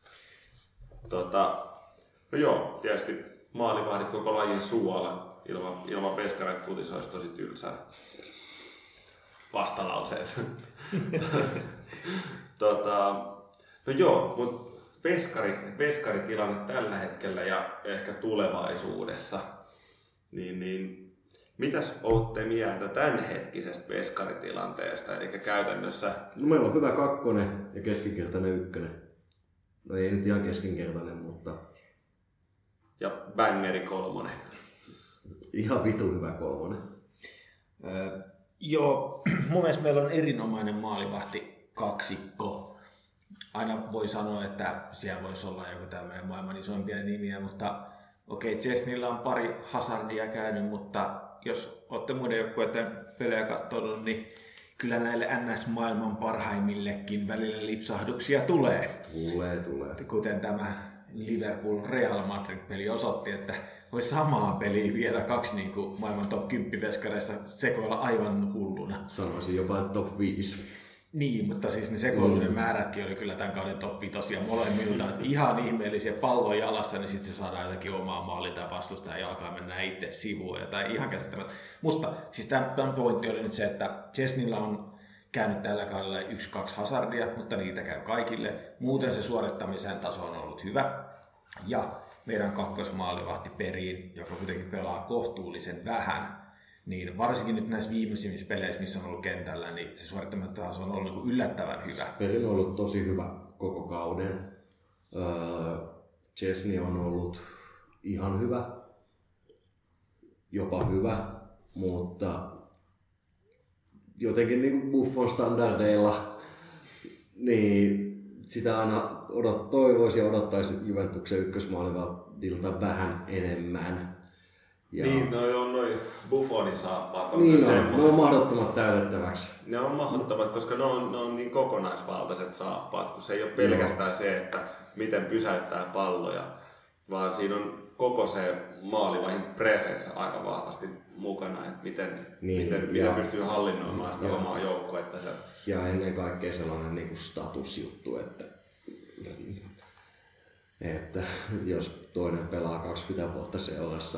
No joo, tietysti maalivahdit koko lajin suola. Ilman peskareita futis olisi tosi tylsää. Vastalauseet. No joo, mutta peskaritilanne tällä hetkellä ja ehkä tulevaisuudessa. Niin mitäs ootte mieltä tämänhetkisestä peskaritilanteesta? Eli käytännössä... No, meillä on hyvä 2 ja keskinkertainen 1. No ei nyt ihan keskinkertainen, mutta... Ja bangeri 3. Ihan vitun hyvä 3. Joo, mun mielestä meillä on erinomainen maalivahti kaksikko. Aina voi sanoa, että siellä voisi olla joku tämmöinen maailman isompia nimiä, mutta okei, Chesneyllä on pari Hazardia käynyt, mutta jos olette muiden joukkueiden pelejä katsonut, niin kyllä näille NS-maailman parhaimmillekin välillä lipsahduksia tulee. Tulee. Kuten tämä Liverpool-Real Madrid-peli osoitti, että voi samaa peliä viedä 2 niin kuin maailman top 10 veskareista sekoilla aivan hulluna. Sanoisin jopa top 5. Niin, mutta siis ne sekoilujen määrätkin oli kyllä tämän kauden top 5 molemmilta. Ihan ihmeellisiä, pallon jalassa, niin sitten se saadaan jotakin omaa maalia tai vastustajan jalkaa mennä itse sivuun. Tai ihan käsittämättä. Mutta siis tämän pointti oli nyt se, että Chesneyllä on käynyt tällä kaudella 1-2 Hazardia, mutta niitä käy kaikille. Muuten se suorittamisen taso on ollut hyvä. Ja meidän kakkosmaalivahti Periin, joka kuitenkin pelaa kohtuullisen vähän, niin varsinkin nyt näissä viimeisimmissä peleissä, missä on ollut kentällä, niin se suorittaminen taso on ollut niin kuin yllättävän hyvä. Perin on ollut tosi hyvä koko kauden. Chesney on ollut ihan hyvä, jopa hyvä, mutta jotenkin niin kuin Buffon standardeilla, niin sitä aina toivoisi ja odottaisi Juventuksen ykkösmaalivahdilta vähän enemmän. Ja... Niin, noi Buffonin saappaat on niin semmoiset. Ne on mahdottomat täytettäväksi. Ne on mahdottomat, koska ne on niin kokonaisvaltaiset saappaat, kun se ei ole pelkästään se, että miten pysäyttää palloja, vaan siinä on koko se maalivahdin presence aika vahvasti mukana, että miten pystyy hallinnoimaan sitä omaa joukkuetta. Ja ennen kaikkea sellainen niin kuin statusjuttu, että jos toinen pelaa 20 vuotta seurassa,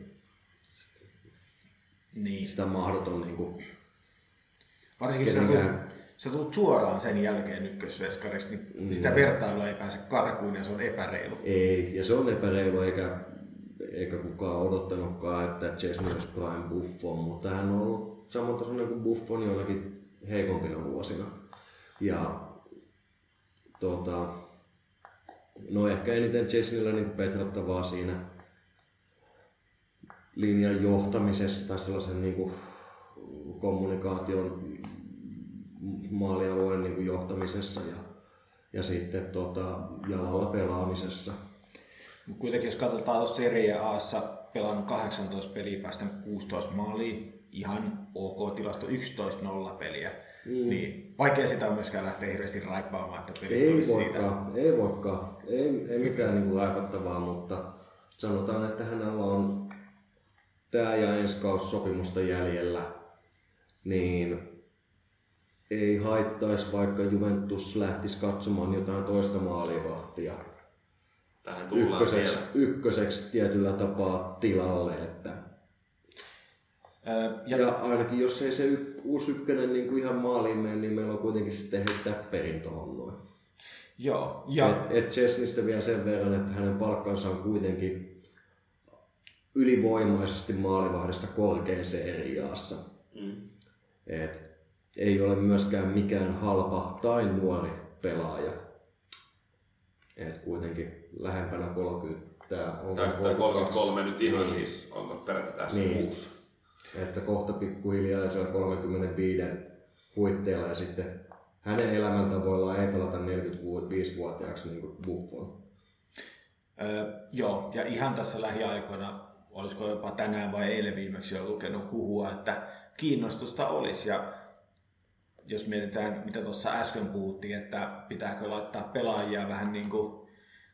niin sitä mahdoton niin kuin varsinkin sä tulet suoraan sen jälkeen ykkösveskariksi, niin sitä vertailua ei pääse karkuun ja se on epäreilu. Ei, ja se on epäreilu eikä kukaan odottanutkaan, että Chesney olisi prime Buffon, mutta hän on ollut samantasoinen kuin Buffon jollakin heikompina vuosina. Ja no ehkä eniten Chesneyllä niin petrattavaa siinä linjan johtamisessa tai sellaisen niin kuin kommunikaation maalialueen niin kuin johtamisessa ja sitten jalalla pelaamisessa. Kuitenkin jos katsotaan tuossa Serie A:ssa pelannut 18 peliä, päästä 16 maalia, ihan ok tilasto, 11-0 peliä. Niin vaikea sitä on myöskään lähteä hirveästi raippaamaan, että pelit olisi siitä. Ei voikaan. Ei mitään niin kuin raipattavaa, mutta sanotaan, että hänellä on tää ja ensi kausi sopimusta jäljellä, niin ei haittaisi, vaikka Juventus lähtisi katsomaan jotain toista maalivahtia tähän tullaan ykköseksi tietyllä tapaa tilalle. Ja ainakin jos ei se uusi ykkönen niin kuin ihan maaliin mene, niin meillä on kuitenkin sitten heittää perin tuohon noin. Joo. Et Chesneystä vielä sen verran, että hänen palkkansa on kuitenkin ylivoimaisesti maalivahdista korkein Serie A:ssa. Et ei ole myöskään mikään halpa tai nuori pelaaja. Et kuitenkin lähempänä 30. Tai 33 nyt ihan siis, onko peräti tässä niin. kuussa. Että kohta pikkuhiljaa siellä 35 puitteilla ja sitten hänen elämäntavoillaan ei pelata 45-vuotiaaksi niin kuin Buffon. Joo, ja ihan tässä lähiaikoina, olisiko jopa tänään vai eilen viimeksi jo lukenut huhua, että kiinnostusta olisi. Ja jos mietitään, mitä tuossa äsken puhuttiin, että pitääkö laittaa pelaajia vähän niin kuin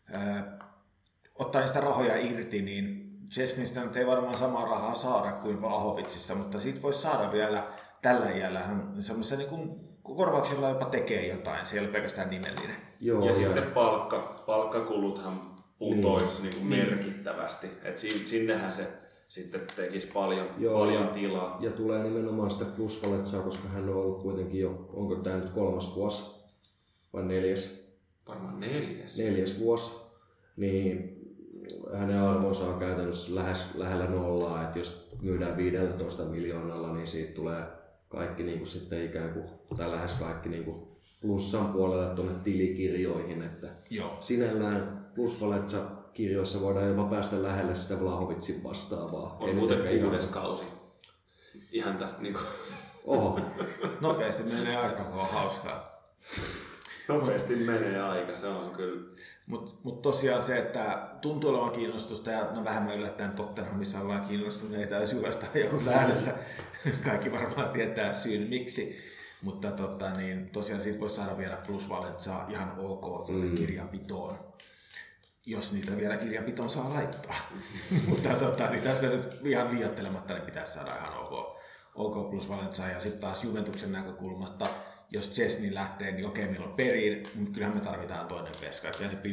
ottaa niistä rahoja irti, niin Chesneystä nyt ei varmaan samaa rahaa saada kuin Vlahovicissa, mutta siitä voisi saada vielä tällä iällä semmoisen niin kuin korvauksella jopa tekee jotain, se ei ole pelkästään nimellinen. Joo, ja sitten palkkakuluthan putoisi niin merkittävästi, että sinnehän se sitten tekisi paljon tilaa. Ja tulee nimenomaan sitä plusvaletsaa, koska hän on ollut kuitenkin jo, onko tämä nyt 3. vuosi vai 4? Varmaan 4. 4. vuosi, niin hänen arvonsa on käytännössä lähellä nollaa, että jos myydään 15 miljoonalla, niin siitä tulee kaikki niin kuin sitten ikään kuin, tai lähes kaikki niin kuin plussan puolelle tuonne tilikirjoihin, että sinällään plusvaletsa kirjoissa voidaan jopa päästä lähelle sitä Vlahovicin vastaavaa. On muuten 6. kausi. Ihan tästä niinku. Oho. Nopeasti menee aika, kun on hauskaa. Nopeasti menee aika, se on kyllä. Mut tosiaan se, että tuntuu olevan kiinnostusta ja vähemmän yllättäen Tottenhamissa ollaan kiinnostuneita ja syvästä joku lähdössä. Kaikki varmaan tietää syyn miksi. Mutta niin tosiaan siitä voisi saada vielä plusvaletsaa ihan ok tuonne kirjanpitoon. Jos niitä vielä kirjanpitoon saa laittaa. Mutta niin tässä nyt ihan liioittelematta niin pitäisi saada ihan ok plusvaletsaa. Ja sitten taas Juventuksen näkökulmasta, jos Chesney lähtee, niin okei, meillä on Perin, mutta kyllähän me tarvitaan toinen veska. Ja se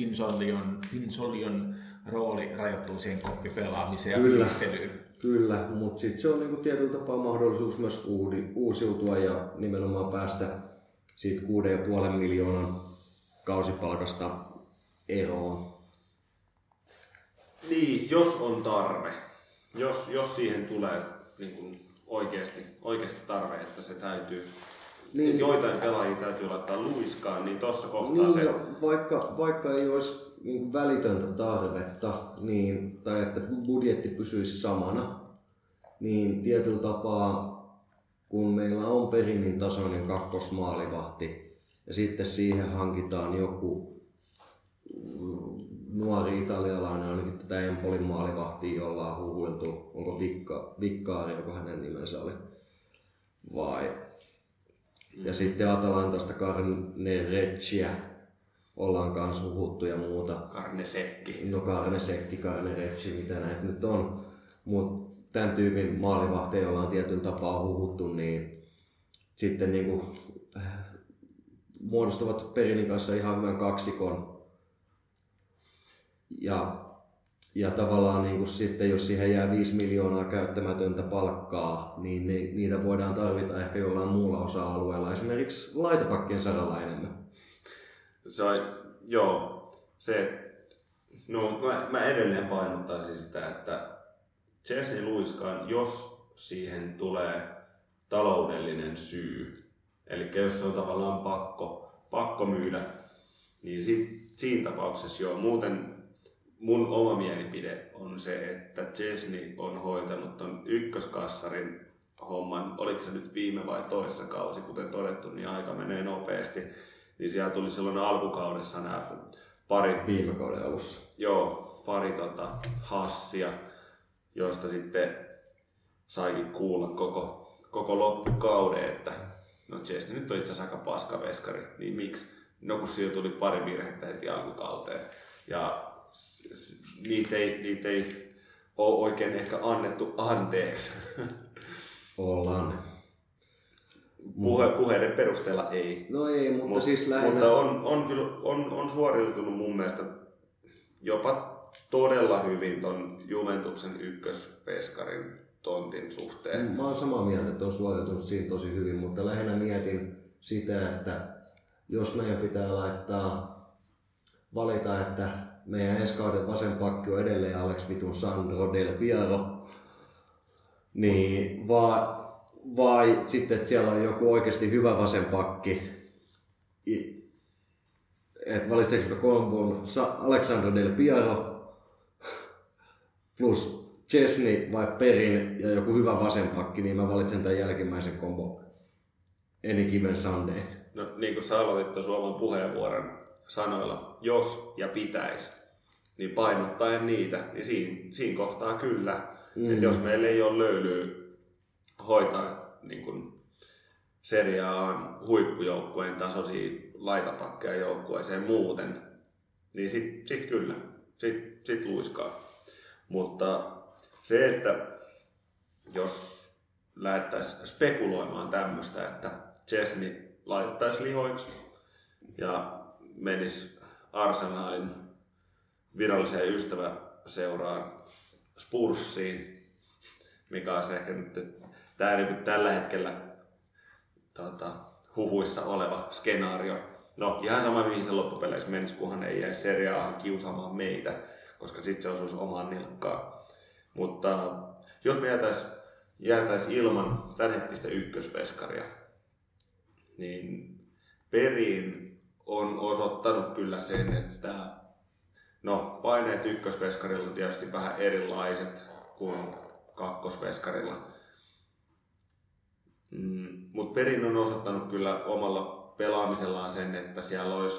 Pinsollion rooli rajoittuu siihen koppipelaamiseen ja fiilistelyyn. Kyllä, mutta sitten se on niinku tietyllä tapaa mahdollisuus myös uusiutua ja nimenomaan päästä siitä 6,5 miljoonan kausipalkasta eroon. Niin, jos on tarve. Jos siihen tulee niin kuin oikeasti tarve, että se täytyy. Niin, että joitain pelaajia täytyy laittaa luiskaan, niin tuossa kohtaa niin, se. Vaikka ei olisi niin välitöntä tarvetta, niin, tai että budjetti pysyisi samana, niin tietyllä tapaa, kun meillä on Perinin tasoinen kakkosmaalivahti, ja sitten siihen hankitaan joku nuori italialainen, ainakin tätä Empolin maalivahtia, jolla on huhuiltu, onko Viccaari, onko hänen nimensä oli, vai. Ja sitten Atalantasta Carnereccia ollaan kanssa huhuttu ja muuta. Carnesekki. No Carnesekki, Carnerecci, mitä näitä nyt on. Mutta tämän tyypin maalivahteja, joilla on tietyllä tapaa huhuttu, niin sitten niinku muodostavat Perinin kanssa ihan hyvän kaksikon. Ja tavallaan niin sitten, jos siihen jää 5 miljoonaa käyttämätöntä palkkaa, niin niitä voidaan tarvita ehkä jollain muulla osa-alueella, esimerkiksi laitapakkien saralla enemmän. Mä edelleen painottaisin sitä, että Chesney luiskaan, jos siihen tulee taloudellinen syy, eli jos se on tavallaan pakko myydä, niin siinä tapauksessa joo. Muuten mun oma mielipide on se, että Chesney on hoitanut ton ykköskassarin homman, oliko se nyt viime vai toisessa kausi, kuten todettu, niin aika menee nopeasti. Niin siellä tuli silloin alkukaudessa nämä viime kauden alussa. Joo, pari hassia, joista sitten saikin kuulla koko loppukauden, että no Chesney nyt on itse asiassa aika paskaveskari, niin miksi? No kun siellä tuli pari virhettä heti alkukauteen. Ja niitä ei ole oikein ehkä annettu anteeksi. Ollaan. Puheiden perusteella ei. No ei, mutta siis lähinnä. Mutta on suoriutunut mun mielestä jopa todella hyvin ton Juventuksen ykkösveskarin tontin suhteen. Mä oon samaa mieltä, että on suoriutunut siinä tosi hyvin, mutta lähinnä mietin sitä, että jos meidän pitää valita, että meidän ensi kauden vasen pakki on edelleen Alex Vitun Sandro Del Piero, niin vai sitten, että siellä on joku oikeasti hyvä vasen pakki, että valitseeko me kombon Alexandro Del Piero plus Chesney vai Perin ja joku hyvä vasen pakki, niin mä valitsen tämän jälkimmäisen kombon. any given Sunday. No niin kuin sä aloitit tuon Suomen puheenvuoron, sanoilla, no niin kuin sä aloitit tuon Suomen puheenvuoron sanoilla, jos ja pitäisi, niin painottaen niitä, niin siinä kohtaa kyllä, että jos meillä ei ole löylyä hoitaa niin kuin Serie A:n huippujoukkueen tasoisia laitapakkeja joukkueeseen muuten, niin sit kyllä, sit luiskaa. Mutta se, että jos lähdettäisiin spekuloimaan tämmöistä, että Chesney laitettaisiin lihoiksi ja menisi Arsenalin viralliseen ystäväseuraan Spursiin, mikä on se ehkä nyt tällä hetkellä huhuissa oleva skenaario. No ihan sama mihin se loppupeleissä menisi, kunhan ei jäisi Serie A:han kiusaamaan meitä, koska sitten se osuisi omaan nilkkaan. Mutta jos me jäätäisiin ilman tämänhetkistä ykkösveskaria, niin Perin on osoittanut kyllä sen, että no, paineet ykkösveskarilla on tietysti vähän erilaiset kuin kakkosveskarilla. Mutta Perin on osoittanut kyllä omalla pelaamisellaan sen, että siellä olisi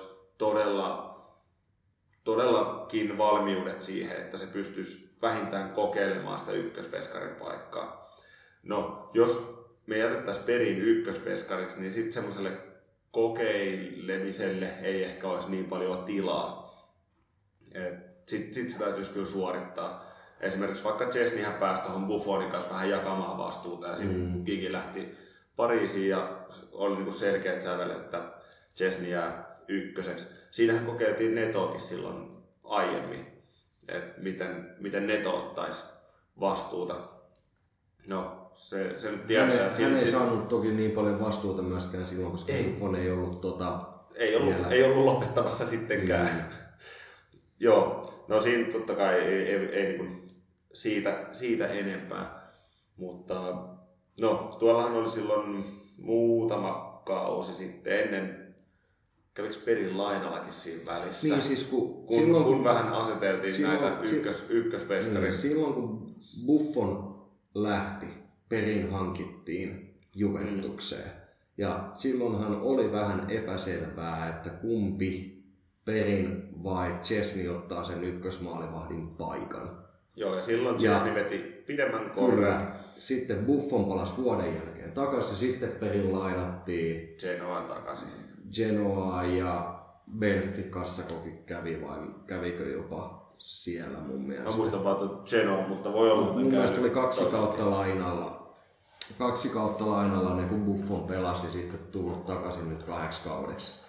todellakin valmiudet siihen, että se pystyisi vähintään kokeilemaan sitä ykkösveskarin paikkaa. No, jos me jätettäisiin Perin ykkösveskariksi, niin sitten semmoiselle kokeilemiselle ei ehkä olisi niin paljon tilaa. Sitten se täytyisi kyllä suorittaa. Esimerkiksi vaikka Chesneyhän pääsi tuohon Buffonin kanssa vähän jakamaan vastuuta ja sitten Gigi lähti Pariisiin ja oli niinku selkeät sävelet, että Chesney jää ykköseksi. Siinähän kokeiltiin Netoakin silloin aiemmin, että miten Neto ottaisi vastuuta. No, se nyt tiedetään. Hän ei saanut toki niin paljon vastuuta myöskään silloin, koska Buffon ei ollut ei ollut lopettamassa sittenkään. Joo, no siinä totta kai ei niin siitä enempää, mutta no tuollahan oli silloin muutama kausi sitten ennen, kävikö Perin lainallakin siinä välissä, niin, siis kun vähän aseteltiin näitä ykkösveskarin. Silloin kun Buffon lähti, Perin hankittiin Juventukseen ja silloinhan oli vähän epäselvää, että kumpi Perin vai Chesney ottaa sen ykkösmaalivahdin paikan. Joo, ja silloin Chesney veti pidemmän korran. Sitten Buffon palasi vuoden jälkeen takaisin, sitten Perin lainattiin Genoaan takaisin. Genoa ja Benficassakokin kävi, vai kävikö jopa siellä mun mielestä? Mä muistan vaan Genoa, mutta voi olla. Mun mielestä oli 2 kautta lainalla. 2 kautta lainalla ne kun Buffon pelasi, sitten tullut takaisin nyt 8 kaudeksi.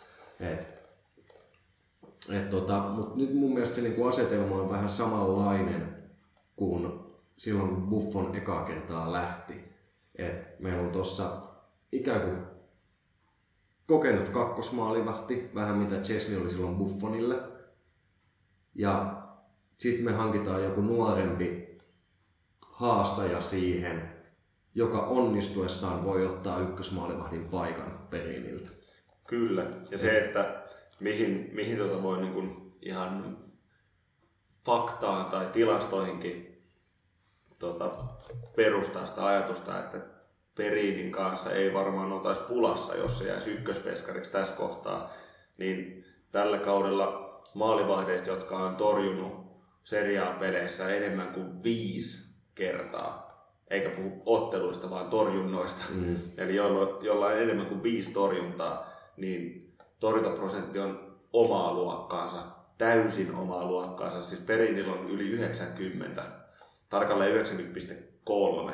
Mutta nyt mun mielestä se niinku asetelma on vähän samanlainen kuin silloin kun Buffon ekaa kertaa lähti. Meillä on tossa ikään kuin kokenut kakkosmaalivahti, vähän mitä Chesney oli silloin Buffonille. Ja sitten me hankitaan joku nuorempi haastaja siihen, joka onnistuessaan voi ottaa ykkösmaalivahdin paikan Periniltä. Kyllä, ja se, että mihin voi niin kuin ihan faktaan tai tilastoihinkin perustaa sitä ajatusta, että Perinin kanssa ei varmaan oltaisi pulassa, jos se jäisi ykkösveskariksi tässä kohtaa, niin tällä kaudella maalivahdeista, jotka on torjunut Serie A-peleissä enemmän kuin 5 kertaa, eikä puhu otteluista, vaan torjunnoista, eli jolla on enemmän kuin 5 torjuntaa, niin torjuntaprosentti on omaa luokkaansa, täysin omaa luokkaansa. Siis Perinillä on yli 90, tarkalleen 90,3.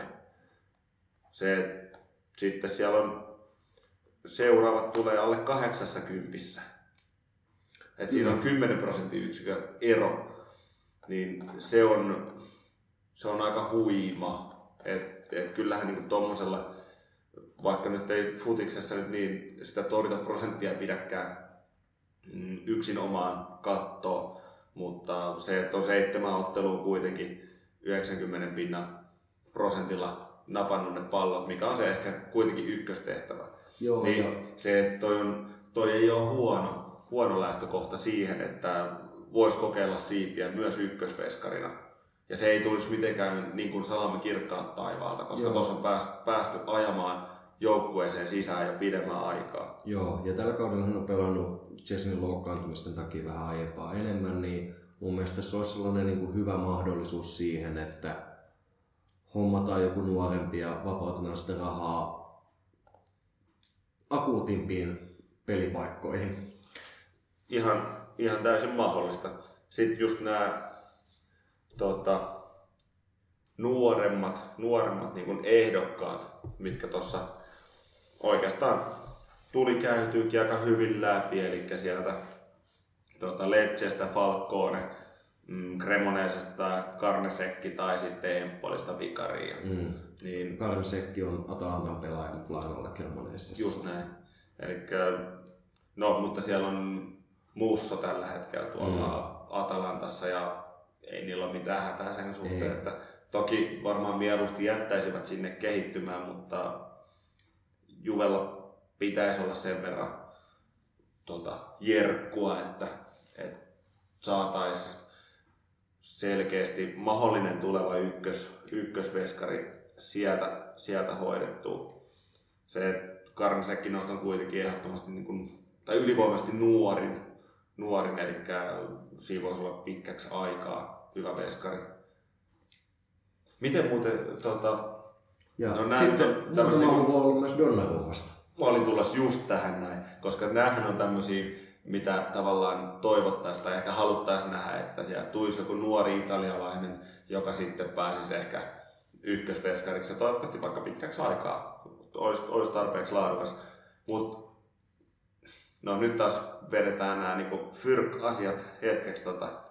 Sitten siellä on seuraavat tulee alle 80. Et siinä on 10% ero. Niin se on aika huima. Et kyllähän niinku tommosella, vaikka nyt ei futiksessa nyt niin sitä torjuntaprosenttia pidäkään yksin omaan kattoon, mutta se, että on 7 ottelua kuitenkin 90% napannut ne pallot, mikä on se ehkä kuitenkin ykköstehtävä. Joo, niin se, että toi ei ole huono lähtökohta siihen, että voisi kokeilla siipiä myös ykkösveskarina. Ja se ei tulisi mitenkään niin kuin salaman kirkkaat taivaalta, koska tuossa on päästy ajamaan joukkueeseen sisään jo pidemmän aikaa. Joo, ja tällä kaudella hän on pelannut Chesneyn loukkaantumisten takia vähän aiempaa enemmän, niin mun mielestä se olisi sellainen niin kuin hyvä mahdollisuus siihen, että hommataan joku nuorempi ja vapautetaan sitten rahaa akuutimpiin pelipaikkoihin. Ihan täysin mahdollista. Sitten just nämä nuoremmat niin kuin ehdokkaat, mitkä tuossa oikeastaan tuli käytyykin aika hyvin läpi, eli sieltä Leccestä Falcone, Cremonesesta tai Carnesecchi tai sitten Empolista Vicaria. Niin, Carnesecchi on Atalantan pelaaja, mutta lainalla Cremonesessa. Just näin. Elikkä, no, mutta siellä on Musso tällä hetkellä tuolla Atalantassa ja ei niillä ole mitään hätää sen suhteen, että toki varmaan mieluusti jättäisivät sinne kehittymään, mutta Juvella pitäisi olla sen verran jerkkua, että saataisiin selkeästi mahdollinen tuleva ykkösveskari sieltä hoidettua. Se Carnesekin on kuitenkin ehdottomasti niin kuin, tai ylivoimaisesti nuorin, eli siinä voisi olla pitkäksi aikaa hyvä veskari. Miten muuten ja no, sitten muutama voi olla myös Donnarummasta. Mä olin tulossa just tähän näin, koska näähän on tämmöisiä, mitä tavallaan toivottaisiin tai ehkä haluttaisiin nähdä, että siellä tulisi joku nuori italialainen, joka sitten pääsisi ehkä ykkösveskariksi ja toivottavasti vaikka pitkäksi aikaa. Olisi tarpeeksi laadukas. Mut no nyt taas vedetään nämä niinku fyrk-asiat hetkeksi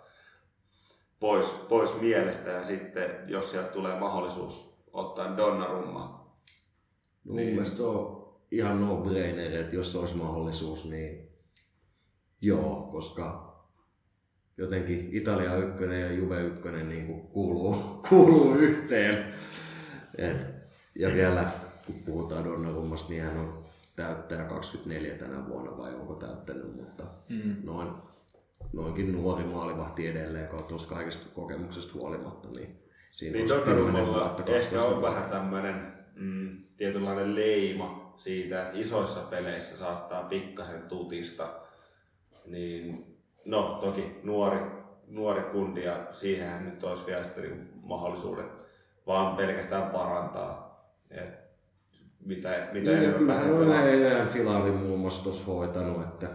pois mielestä ja sitten jos sieltä tulee mahdollisuus ottaa Donnarumma. No, niin. Mun mielestä se on ihan no-brainer, että jos olisi mahdollisuus, niin joo, koska jotenkin Italia 1 ja Juve 1 niin kuuluu yhteen. Ja vielä kun puhutaan Donnarummasta, niin hän on täyttää 24 tänä vuonna vai onko täyttänyt, mutta noinkin nuori maalivahti edelleen tuossa kaikesta kokemuksesta huolimatta. Niin Donnarummalla ehkä on vähän tämmöinen tietynlainen leima siitä, että isoissa peleissä saattaa pikkasen tutista. Niin, no toki nuori kundi ja siihenhän nyt olisi vielä sitten mahdollisuudet vaan pelkästään parantaa. Mitä ja kyllähän on näin Filaalin muun muassa tuossa hoitanut, että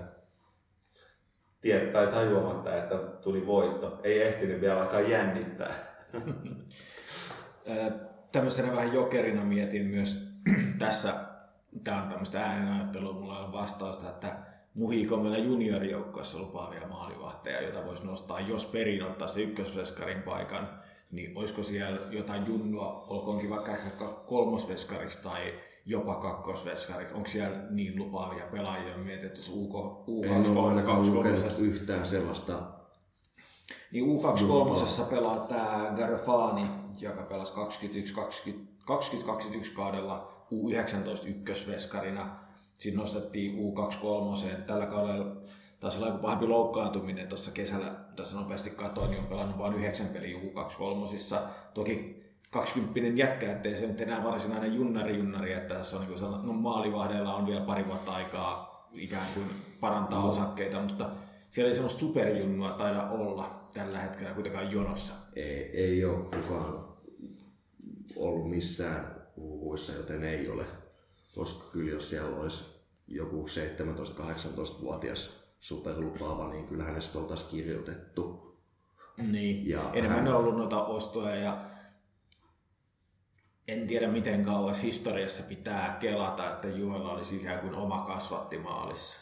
tai tajuamatta, että tuli voitto. Ei ehtinyt vielä alkaa jännittää. Tämmöisenä vähän jokerina mietin myös tässä, tämä on tämmöistä äänenajattelua, mulla on vastausta, että muhiiko meillä juniorijoukkoissa lupaavia maalivahteja, joita voisi nostaa, jos Perin ottaa se ykkösveskarin paikan, niin olisiko siellä jotain junnua, olkoonkin vaikka ehkä kolmosveskariksi tai jopa kakkosveskariksi. Onko siellä niin lupaavia pelaajia mietitty U23? En ole ainakaan lukenut yhtään sellaista. Niin U23 pelaa tämä Garofani, joka pelasi 2021 kaudella U19 ykkösveskarina. Sitten nostettiin U23. Tällä kaudella taisi olla joku pahempi loukkaantuminen tuossa kesällä. Tässä nopeasti katsoin, niin on pelannut vain 9 peliä U23. Toki 20 jätkä, ettei se nyt enää varsinainen junnari, että tässä on niin maalivahdeilla on vielä pari vuotta aikaa ikään kuin parantaa osakkeita, mutta siellä ei semmoista superjunnua taida olla tällä hetkellä kuitenkaan jonossa. Ei ole kukaan ollut missään huhuissa, joten ei ole. Koska kyllä jos siellä olisi joku 17-18-vuotias superlupaava, niin kyllä hänestä oltaisiin kirjoitettu. Niin, ja enemmän on ollut noita ostoja ja en tiedä miten kauas historiassa pitää kelata, että Juvella olisi ikään kuin oma kasvatti maalissa.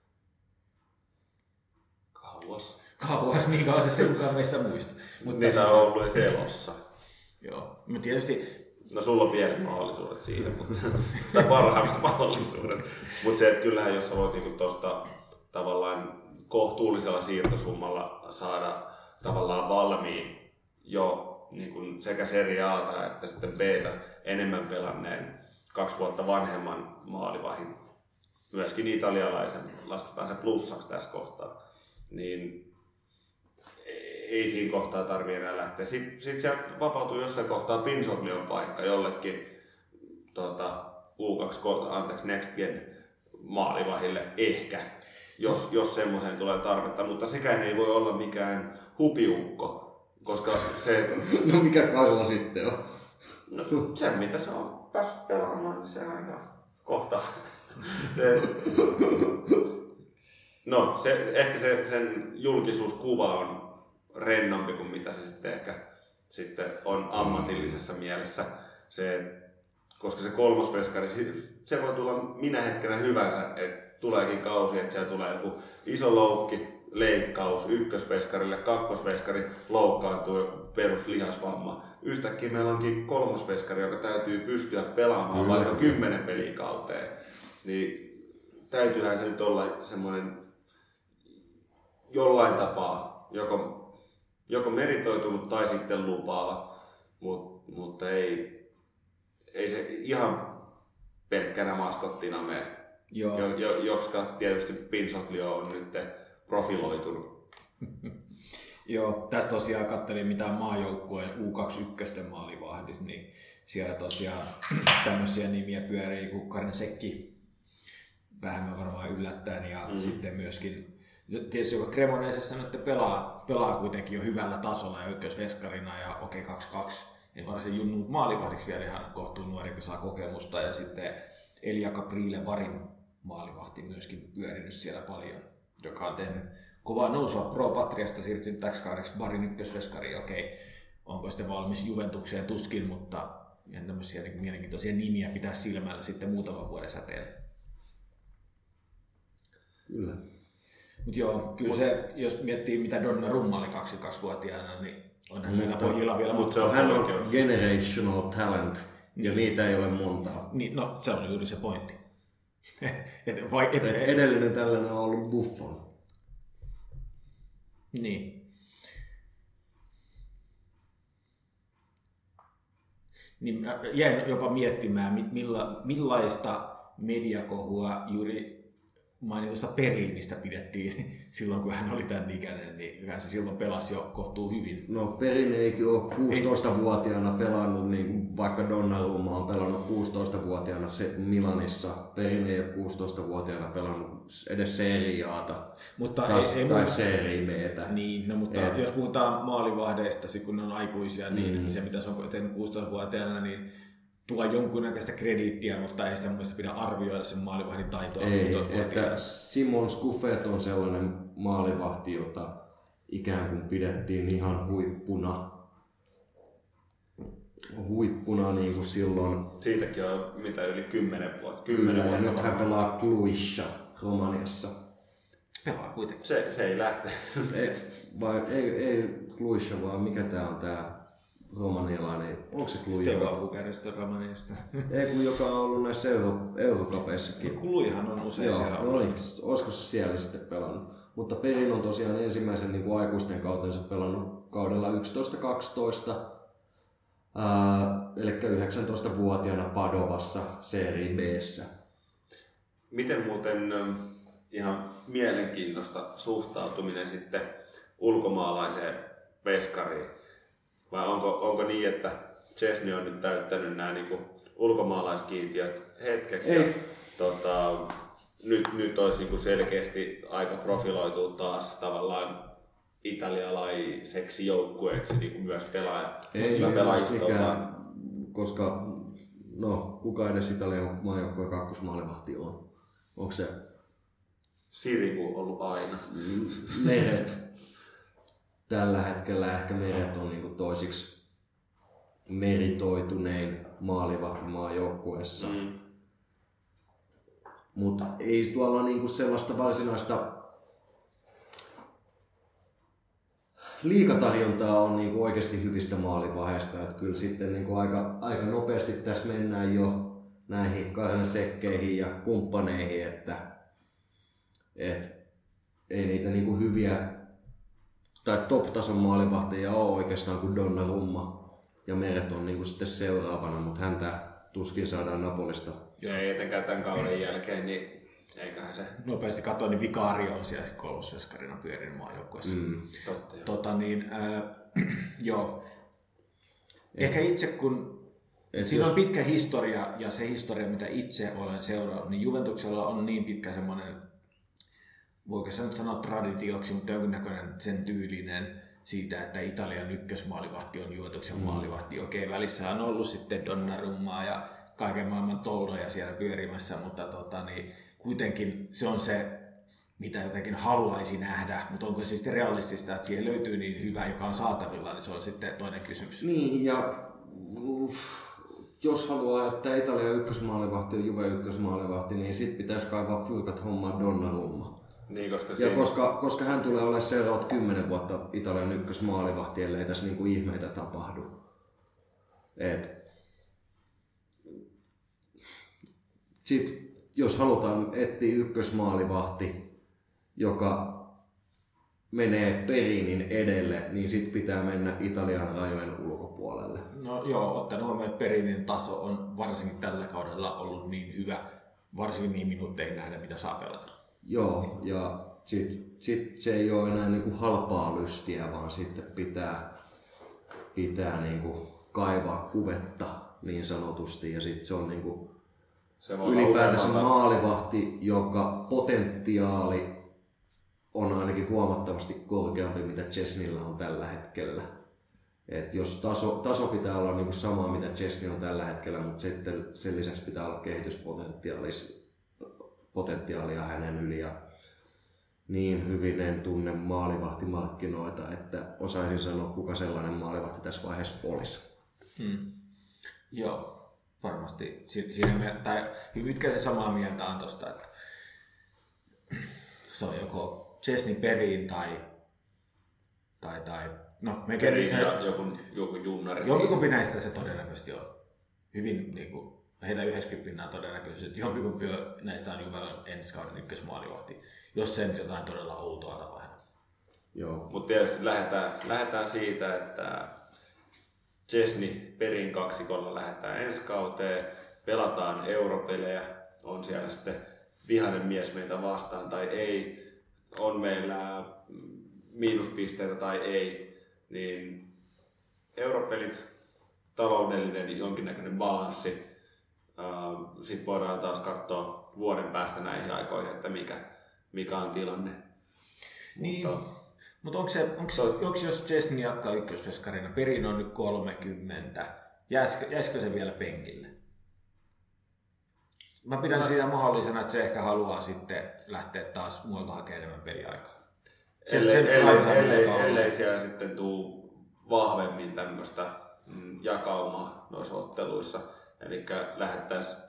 Kauas, niin kauas, että kukaan meistä muista. Mutta niitä on ollut elossa. Joo, mutta tietysti. No sulla on pienet mahdollisuudet siihen, tai parhaimmat mahdollisuudet. Mutta se, että kyllähän jos sä voit niinku tosta tavallaan kohtuullisella siirtosummalla saada tavallaan valmiin jo niin kuin sekä Serie A:ta että sitten B:tä enemmän pelanneen 2 vuotta vanhemman maalivahin, myöskin italialaisen, lasketaan se plussaksi tässä kohtaa, niin ei siinä kohtaa tarvitse enää lähteä. Sitten sieltä vapautuu jossain kohtaa Pinsoglion paikka jollekin Next Gen maalivahille ehkä, jos semmoiseen tulee tarvetta, mutta sekään ei voi olla mikään hupiukko, koska se... No mikä Karla sitten on? No sen mitä se on päässyt pelaamaan, niin se on ihan kohta. Ehkä sen julkisuuskuva on rennompi kuin mitä se sitten ehkä on ammatillisessa mielessä. Koska se kolmosveskari, se voi tulla minä hetkenä hyvänsä, että tuleekin kausi, että siellä tulee joku iso loukki, leikkaus ykkösveskarille, kakkosveskari loukkaantuu peruslihasvamma. Yhtäkkiä meillä onkin kolmosveskari, joka täytyy pystyä pelaamaan vaikka 10 pelikauteen. Niin täytyyhän se nyt olla semmoinen jollain tapaa, joko meritoitunut tai sitten lupaava, mutta ei se ihan pelkkänä maskottina mene, joska tietysti Pinsotlio on nyt profiloitunut. Joo, tästä tosiaan katselin mitään maajoukkueen U21 maalivahdit, niin siellä tosiaan tämmöisiä nimiä pyörii kuin Karnesekki vähemmän varmaan yllättäen ja sitten myöskin tietysti joka Cremonesessa nyt pelaa kuitenkin jo hyvällä tasolla ja ykkösveskarina ja 2-2, niin varsin junnut maalivahdiksi vielä ihan kohtuun nuori, kun saa kokemusta ja sitten Elia Caprile Varin maalivahti myöskin pyörinyt siellä paljon, joka on tehnyt kovaa nousua Pro Patriasta siirtynyt täksi kaudeksi Barin ykkösveskariin. Onko sitten valmis Juventukseen tuskin, mutta ihan tämmöisiä niin mielenkiintoisia nimiä pitää silmällä sitten muutaman vuoden säteellä. Kyllä. Mutta joo, kyllä se, jos miettii mitä Donnarumma oli 22-vuotiaana, niin onhan meillä pojilla vielä... Mutta hän on generational talent, ja niitä ei ole montaa. Niin, no se on juuri se pointti. Edellinen tällainen on ollut Buffon. Niin. Niin jäin jopa miettimään, millaista mediakohua juuri mainitussa Perinistä pidettiin silloin, kun hän oli tämän ikäinen, niin hän se silloin pelasi jo kohtuu hyvin. No Perin ei ole 16-vuotiaana pelannut, niin kuin vaikka Donnarumma on pelannut 16-vuotiaana Milanissa. Perin ei ole 16-vuotiaana pelannut edes Serie A:ta tai Serie B:tä. Niin, no, mutta jos puhutaan maalivahdeista, kun ne on aikuisia, niin se mitä se on tehnyt 16-vuotiaana, niin tuo jonkunnäköistä krediittiä, mutta ei sitä mun mielestä pidä arvioida sen maalivahdin taitoa. Ei, että Simon Scuffet on sellainen maalivahti, jota ikään kuin pidettiin ihan huippuna niin kuin silloin. Siitäkin on mitä yli 10 vuotta. Nyt hän pelaa Clujissa Romaniassa. Pelaa kuitenkin. Se ei lähte. ei Clujissa, vaan mikä tää on tää romanialainen, onko se Kluja? Stevan Bukaresta Romaniasta. Ei kun joka on ollut näissä Eurokapeissakin. Klujahan on usein siellä ollut. Niin, olisiko se siellä sitten pelannut. Mutta Perin on tosiaan ensimmäisen niin kuin aikuisten kautensa pelannut kaudella 11-12. Eli 19-vuotiaana Padovassa Serie B:ssä. Miten muuten ihan mielenkiintoista suhtautuminen sitten ulkomaalaiseen veskariin? Vai onko niin, että Chesney on nyt täyttänyt nämä niinku ulkomaalaiskiintiöt hetkeksi? Ei. Nyt olisi niinku selkeästi aika profiloitua taas tavallaan italialaiseksi joukkueeksi niinku myös pelaaja. Ei mikään, koska kuka edes Italian maajoukkueen kakkosmaalivahti on? Onko se Sirigu ollut aina? Meret. Tällä hetkellä ehkä Meret on niinku toisiksi meritoitunein maalivahti maajoukkueessa. Mutta ei tuolla niinku sellaista varsinaista liigatarjontaa on niinku oikeasti hyvistä maalivahdeista. Et kyllä sitten niinku aika nopeasti tässä mennään jo näihin Karnesekkeihin ja kumppaneihin, että ei niitä niinku hyviä tai top-tason maalivahtia ole oikeastaan kuin Donnarumma ja Meret on niinku sitten seuraavana, mutta häntä tuskin saadaan Napolista. Ja ei etenkään tämän kauden jälkeen, niin eiköhän se... Nopeasti katsoin, niin Vicario on siellä kolmosveskarina pyörinyt maajoukkueessa. Totta. Joo. Ehkä itse kun Siinä on pitkä historia, ja se historia, mitä itse olen seurannut, niin Juventuksella on niin pitkä semmoinen, voiko se nyt sanoa traditioksi, mutta jonkinnäköinen sen tyylinen siitä, että Italian ykkösmaalivahti on Juventuksen maalivahti. Okei, välissä on ollut sitten Donnarummaa ja kaiken maailman tolloja siellä pyörimässä, mutta niin kuitenkin se on se, mitä jotenkin haluaisi nähdä, mutta onko se sitten realistista, että siihen löytyy niin hyvä, joka on saatavilla, niin se on sitten toinen kysymys. Niin, ja jos haluaa, että Italian ykkösmaalivahti on Juve ykkösmaalivahti, niin sitten pitäisi kaivaa fyrkat hommaa Donnarumma. Niin, koska hän tulee olemaan seuraavat 10 vuotta Italian ykkösmaalivahti, ellei tässä niinku ihmeitä tapahdu. Sitten jos halutaan etsiä ykkösmaalivahti, joka menee Perinin edelle, niin sitten pitää mennä Italian rajojen ulkopuolelle. No joo, ottaen huomioon, että Perinin taso on varsinkin tällä kaudella ollut niin hyvä, varsinkin niin minuutteihin nähdä, mitä saa pelata. Joo, ja sit se ei ole enää niinku halpaa lystiä, vaan sitten pitää niinku kaivaa kuvetta niin sanotusti, ja sitten se on niinku ylipäätänsä maalivahti, joka potentiaali on ainakin huomattavasti korkeampi, mitä Chesneyllä on tällä hetkellä. Et jos taso pitää olla niinku sama, mitä Chesney on tällä hetkellä, mutta sitten sen lisäksi pitää olla kehityspotentiaalia hänen yli. Ja niin hyvin en tunne maalivahtimarkkinoita, että osaisin sanoa, kuka sellainen maalivahti tässä vaiheessa olisi. Joo. Varmasti. Mitkä se samaa mieltä on tosta, että se on joko Chesney Perin tai no me Perin ja joku junnari. Jompikumpi näistä se todennäköisesti on. Hyvin niinku heillä 90% todennäköisesti, että jompikumpi näistä on Juvelan ensi kauden ykkösmaalivahti, jos sen jotain todella outoa tapahtuu. Joo. Mutta tietysti lähdetään siitä, että Chesney Perin kaksikolla lähdetään ensi kauteen, pelataan europelejä, on siellä sitten vihainen mies meitä vastaan tai ei, on meillä miinuspisteitä tai ei, niin europelit, taloudellinen jonkinnäköinen balanssi, sitten voidaan taas katsoa vuoden päästä näihin aikoihin, että mikä on tilanne. Niin. Mutta onko jos Chesney jatkaa ykkösveskarina, Perin on nyt 30, jäisikö se vielä penkille? Mä pidän siitä mahdollisena, että se ehkä haluaa sitten lähteä taas muualta hakemaan enemmän peliaikaa. Ellei siellä sitten tule vahvemmin tämmöistä jakaumaa noissa otteluissa. Eli lähdettäisiin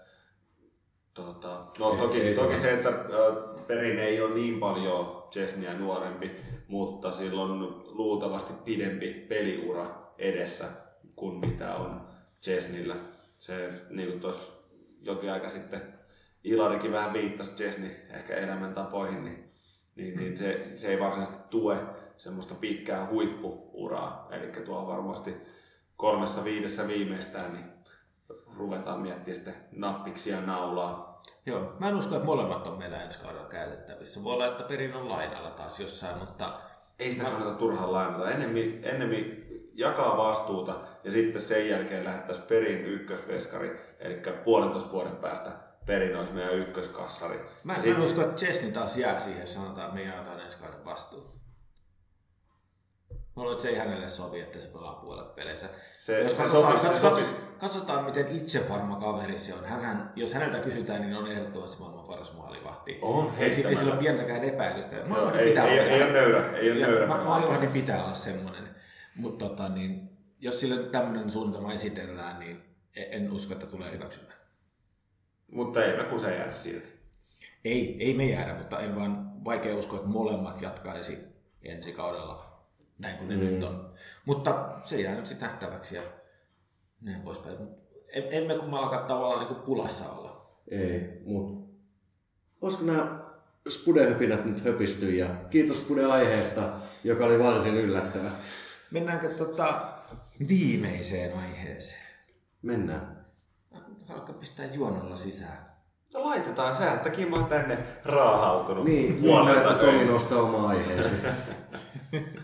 toki se, että Perin ei ole niin paljon Chesneyä nuorempi, mutta sillä on luultavasti pidempi peliura edessä kuin mitä on Chesneyllä. Se niin kuin tuossa jokin aika sitten Ilarikin vähän viittasi Chesney ehkä elämäntapoihin, niin se ei varsinaisesti tue semmoista pitkää huippu-uraa. Eli tuo varmasti 3-5 viimeistään niin ruvetaan miettimään sitten nappiksia naulaa. Joo, mä en usko, että molemmat on meillä ensi kaudella käytettävissä. Voi olla, että Perin on lainalla taas jossain, mutta ei sitä kannata turhaan lainata. Ennemmin jakaa vastuuta ja sitten sen jälkeen lähettäisiin Perin ykkösveskari, eli 1,5 vuoden päästä Perin olisi meidän ykköskassari. Mä en usko, että Chesney taas jää siihen, jos sanotaan, että me jaetaan ensi kauden vastuuta. Mä luulen, että se ei hänelle sovi, että se pelaa puolet peleissä. Katsotaan, miten itsevarma kaveri se on. Jos häneltä kysytään, niin on ehdottomasti maailman paras maalivahti. Ei sillä ole pientäkään epäilystä. Ei ole nöyrä. Maalivahti pitää olla semmoinen. Mutta jos sille tämmöinen suunnitelma esitellään, niin en usko, että tulee hyväksymään. Mutta ei me kuseen jäädä silti. Ei me jäädä, mutta en vaan vaikea uskoa, että molemmat jatkaisi ensi kaudella. Näin kuin ne nyt on. Mutta se jää nyt sitten nähtäväksi ja näin poispäin. Emme kummallakaan tavallaan niin pulassa olla. Ei, mutta olisiko nämä Spude-höpinät nyt höpisty ja kiitos Spude-aiheesta, joka oli varsin yllättävä. Mennäänkö viimeiseen aiheeseen? Mennään. Haluatko pistää juonolla sisään? No laitetaan, sä että Kimmo on tänne raahautunut. Niin, juonella, että Tomi nostaa oma aiheesi.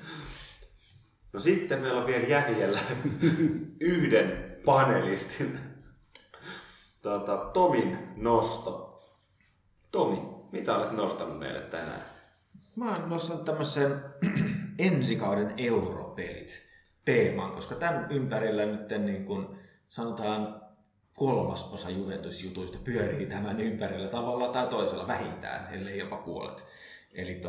No sitten meillä on vielä jäljellä yhden panelistin Tomin nosto. Tomi, mitä olet nostanut meille tänään? Mä oon nostanut tämmöisen ensikauden europelit teeman, koska tämän ympärillä nyt niin kuin sanotaan 3/3 Juventus-jutuista pyörii tämän ympärillä tavalla tai toisella vähintään, ellei jopa puolet. Eli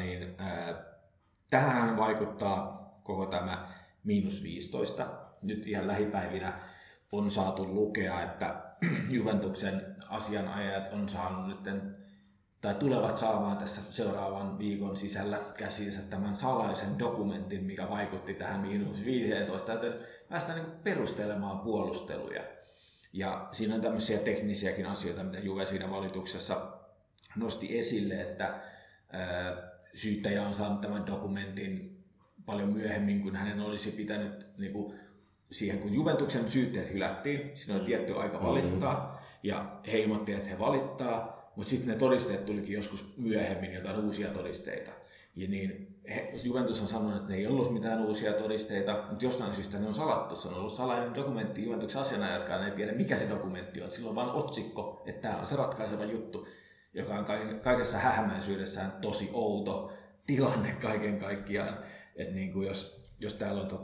tähän vaikuttaa koko tämä -15. Nyt ihan lähipäivinä on saatu lukea, että Juventuksen asianajajat on saanut nyt, tai tulevat saamaan tässä seuraavan viikon sisällä käsiinsä tämän salaisen dokumentin, mikä vaikutti tähän -15, joten päästään niin perustelemaan puolusteluja. Ja siinä on tämmöisiä teknisiäkin asioita, mitä Juve siinä valituksessa nosti esille, että syyttäjä on saanut tämän dokumentin paljon myöhemmin kuin hänen olisi pitänyt niin kuin siihen, kun Juventuksen syytteet hylättiin. Siinä oli tietty aika valittaa ja he ilmoittivat, että he valittaa, mutta sitten ne todisteet tulikin joskus myöhemmin, jotain uusia todisteita. Ja niin Juventus on sanonut, että ne ei ollut mitään uusia todisteita, mutta jostain syystä ne on salattu. Se on ollut salainen dokumentti Juventuksen asianajatkaan, ei tiedä mikä se dokumentti on. Sillä on vain otsikko, että tämä on se ratkaiseva juttu, joka on kaikessa hähmäisyydessään tosi outo tilanne kaiken kaikkiaan. Että niin kuin jos täällä on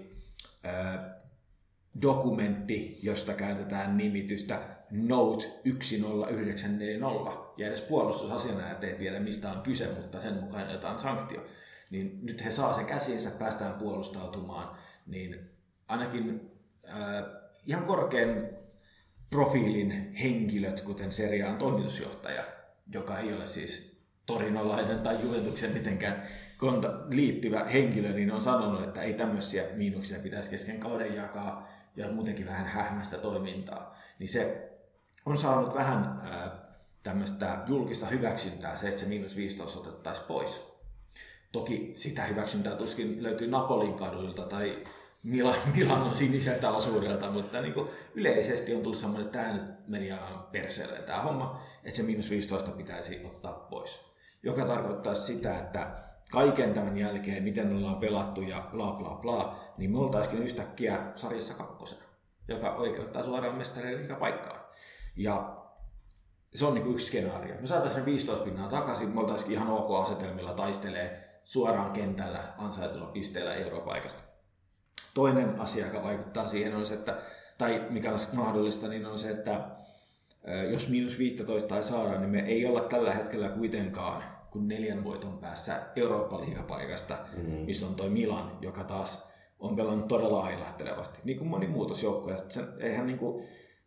dokumentti, josta käytetään nimitystä Note 10940, ja edes puolustusasianajat ei tiedä mistä on kyse, mutta sen mukaan jotain sanktio, niin nyt he saa sen käsiinsä, päästään puolustautumaan, niin ainakin ihan korkean profiilin henkilöt, kuten Serie A:n toimitusjohtaja, joka ei ole siis torinolainen tai Juventuksen mitenkään liittyvä henkilö, niin on sanonut, että ei tämmöisiä miinuksia pitäisi kesken kauden jakaa ja muutenkin vähän hähmäistä toimintaa. Niin se on saanut vähän tämmöistä julkista hyväksyntää, se, että se -15 otettaisiin pois. Toki sitä hyväksyntää tuskin löytyy Napolin kaduilta tai Milanon siniseltä osuudelta, mutta niin kuin yleisesti on tullut semmoinen, että tämä nyt meni aivan perseelle tämä homma, että se -15 pitäisi ottaa pois. Joka tarkoittaa sitä, että kaiken tämän jälkeen, miten ollaan pelattu ja bla bla bla, niin me oltaisikin yhtäkkiä sarjassa 2, joka oikeuttaa suoraan mestarien paikkaan. Ja se on niin kuin yksi skenaario. Me saataisiin 15 pinnaa takaisin, me oltaisikin ihan OK-asetelmilla taistelee suoraan kentällä ansaitulla pisteellä europaikasta. Toinen asia, joka vaikuttaa siihen, on se, että, tai mikä on mahdollista, niin on se, että jos -15 ei saada, niin me ei olla tällä hetkellä kuitenkaan kuin 4 voiton päässä Eurooppa-liigapaikasta, missä on toi Milan, joka taas on pelannut todella ailahtelevasti, niin kuin moni muutosjoukkoja. Eihän niin kuin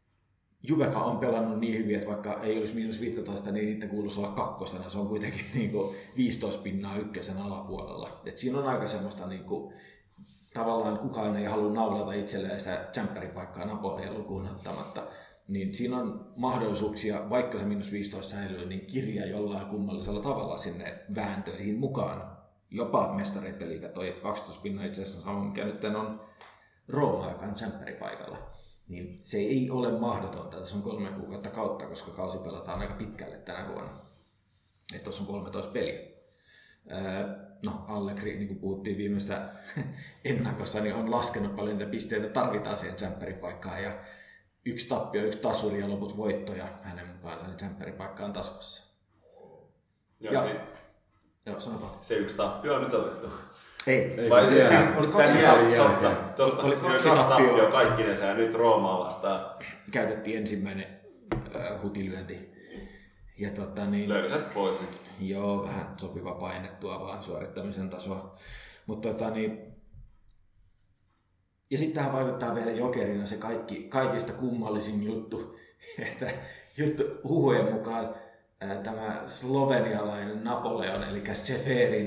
Juveka on pelannut niin hyvin, että vaikka ei olisi -15, niin niiden kuuluisi olla 2. Se on kuitenkin niin kuin 15 pinnaa 1 alapuolella. Et siinä on aika semmoista, niin kuin, tavallaan kukaan ei halua naulata itselleen sitä tsemppäripaikkaa Napolia lukuun ottamatta. Niin siinä on mahdollisuuksia, vaikka se -15 säilyy, niin kirja jollain kummallisella tavalla sinne vääntöihin mukaan. Jopa mestareiden liiga toi 12 pinnaa itse asiassa sama, mikä nyt on Rooma, joka on tsemppäripaikalla. Niin se ei ole mahdotonta, että se on 3 kuukautta kautta, koska kausi pelataan aika pitkälle tänä vuonna. Että tuossa on 13 peliä. No, Allegri, niin kuin puhuttiin viimeistä ennakossa, niin on laskenut paljon niitä pisteitä, tarvitaan siihen tsemppäripaikkaan. Ja 1 tappio, 1 tasuri ja loput voittoja hänen mukaansa, niin tsemppäripaikka on taskussa. Joo, sanopa. Se 1 tappio on nyt otettu. Ei. Vai oli 2 totta. Oli 2 tappioa kaikkinensa ja nyt Roomaa vastaan. Käytettiin ensimmäinen hutilyönti. Ja löydät pois nyt. Joo, vähän sopiva painettua vaan suorittamisen tasoa. Mutta ja sitten tähän vaikuttaa vielä Jokerina se kaikista kummallisin juttu, että huhujen mukaan tämä slovenialainen Napoleon, eli Seferin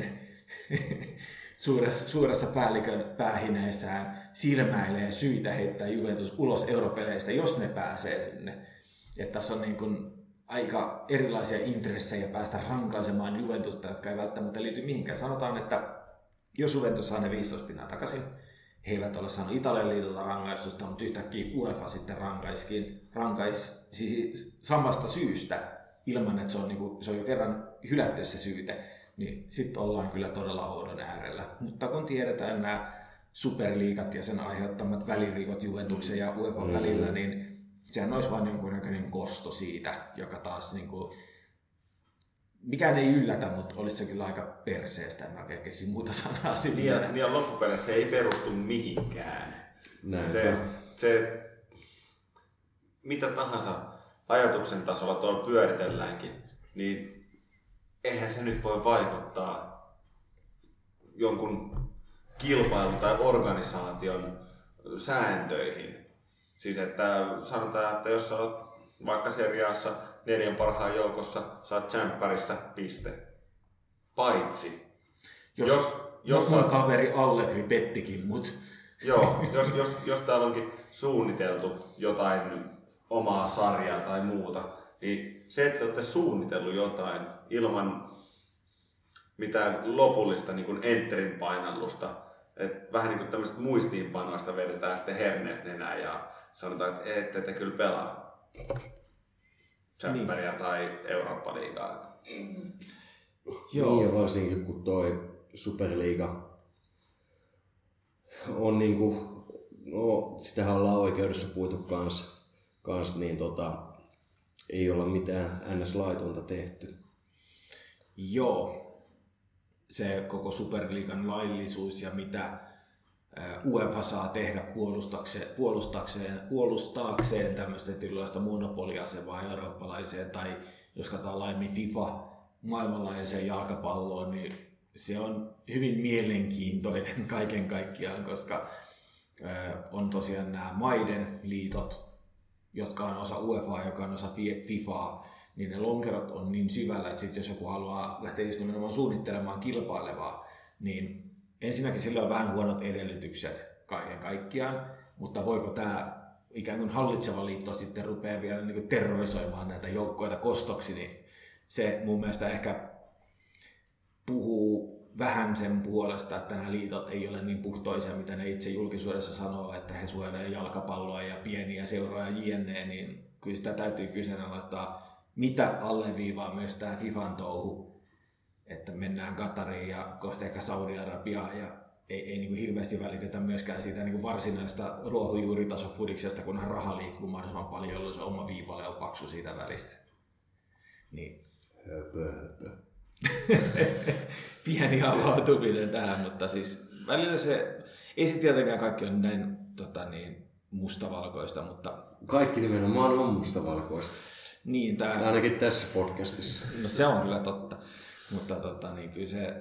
suuressa päällikön päähineessään silmäilee syitä heittää Juventus ulos europeleistä, jos ne pääsee sinne. Että tässä on niin kuin aika erilaisia intressejä päästä rankaisemaan Juventusta, jotka ei välttämättä liity mihinkään. Sanotaan, että jos Juventus saa ne 15 pinnaa takaisin, he eivät ole saanut Italian liitolta rangaistusta, mutta yhtäkkiä UEFA sitten rankaisi samasta syystä, ilman että se on jo kerran hylätty se syyte, niin sitten ollaan kyllä todella oudon äärellä. Mutta kun tiedetään nämä superliigat ja sen aiheuttamat välirikot Juventuksen ja UEFA välillä, niin sehän olisi vain jonkunnäköinen kosto siitä, joka taas niin kuin, mikään ei yllätä, mutta olisi se kyllä aika perseestä, en mä oikein keksi muuta sanaa sille. Niin loppupeleissä se ei perustu mihinkään. Se, mitä tahansa ajatuksen tasolla tuolla pyöritelläänkin, niin eihän se nyt voi vaikuttaa jonkun kilpailun tai organisaation sääntöihin. Siis että sanotaan, että jos sä oot vaikka seriaassa 4 parhaan joukossa, sä oot tsemppärissä, piste. Paitsi. Jos mun kaveri Allegri pettikin mut. Joo, jos täällä onkin suunniteltu jotain omaa sarjaa tai muuta, niin se, että olette suunnitellut jotain ilman mitään lopullista niin kuin enterin painallusta, että vähän niin kuin tämmöisistä muistiinpanoista vedetään sitten herneet nenään ja sanotaan, että ette te kyllä pelaa Champeria tai Eurooppa-liigaa. Joo. Niin, ja varsinkin kun toi Superliiga on niinku, no sitähän ollaan oikeudessa puitu kans niin ei olla mitään NS-laitonta tehty. Joo. Se koko Superliigan laillisuus ja mitä UEFA saa tehdä puolustaakseen tämmöistä tietynlaista monopoliasemaa eurooppalaiseen tai jos katsotaan laajemmin FIFA maailmanlaajuiseen jalkapalloon, niin se on hyvin mielenkiintoinen kaiken kaikkiaan, koska on tosiaan nämä maiden liitot, jotka on osa UEFaa, joka on osa FIFAa, niin ne lonkerot on niin syvällä, että sit jos joku haluaa lähteä just nimenomaan suunnittelemaan kilpailevaa, niin ensinnäkin sillä on vähän huonot edellytykset kaiken kaikkiaan, mutta voiko tämä ikään kuin hallitseva liitto sitten rupeaa vielä niin kuin terrorisoimaan näitä joukkoita kostoksi, niin se mun mielestä ehkä puhuu vähän sen puolesta, että nämä liitot ei ole niin puhtoisia, mitä ne itse julkisuudessa sanoo, että he suojelevat jalkapalloa ja pieniä seuroja jne, niin kyllä sitä täytyy kyseenalaistaa, mitä alleviivaa myös tämä FIFAn touhu, että mennään Qatariin ja kohta ehkä Saudi-Arabiaan ja ei niin kuin hirveästi välitetä myöskään siitä niin kuin varsinaista ruohonjuuritason fudiksesta, kunhan raha liikkuu mahdollisimman paljon, jolloin se oma viipale on paksu siitä välistä. Niin. Höpö. Pieni avautuminen tähän, mutta siis välillä se, ei se tietenkään kaikki ole näin mustavalkoista, mutta... Kaikki nimenomaan on mustavalkoista. Niin, ainakin tässä podcastissa. No se on kyllä totta, mutta niin kyllä se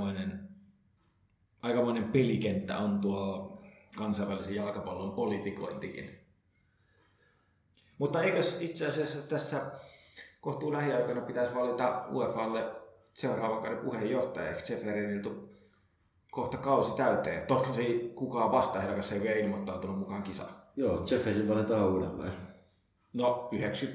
aikamoinen pelikenttä on tuo kansainvälisen jalkapallon politikointikin. Mutta eikös itse asiassa tässä kohtuu lähiaikoina pitäisi valita UEFalle seuraavan kauden puheenjohtajaksi Seferiniltä kohta kausi täyteen. Toivottavasti kukaan vastaehdokas ei vielä ilmoittautunut mukaan kisaan. Joo, Seferin valitaan uudelleen. No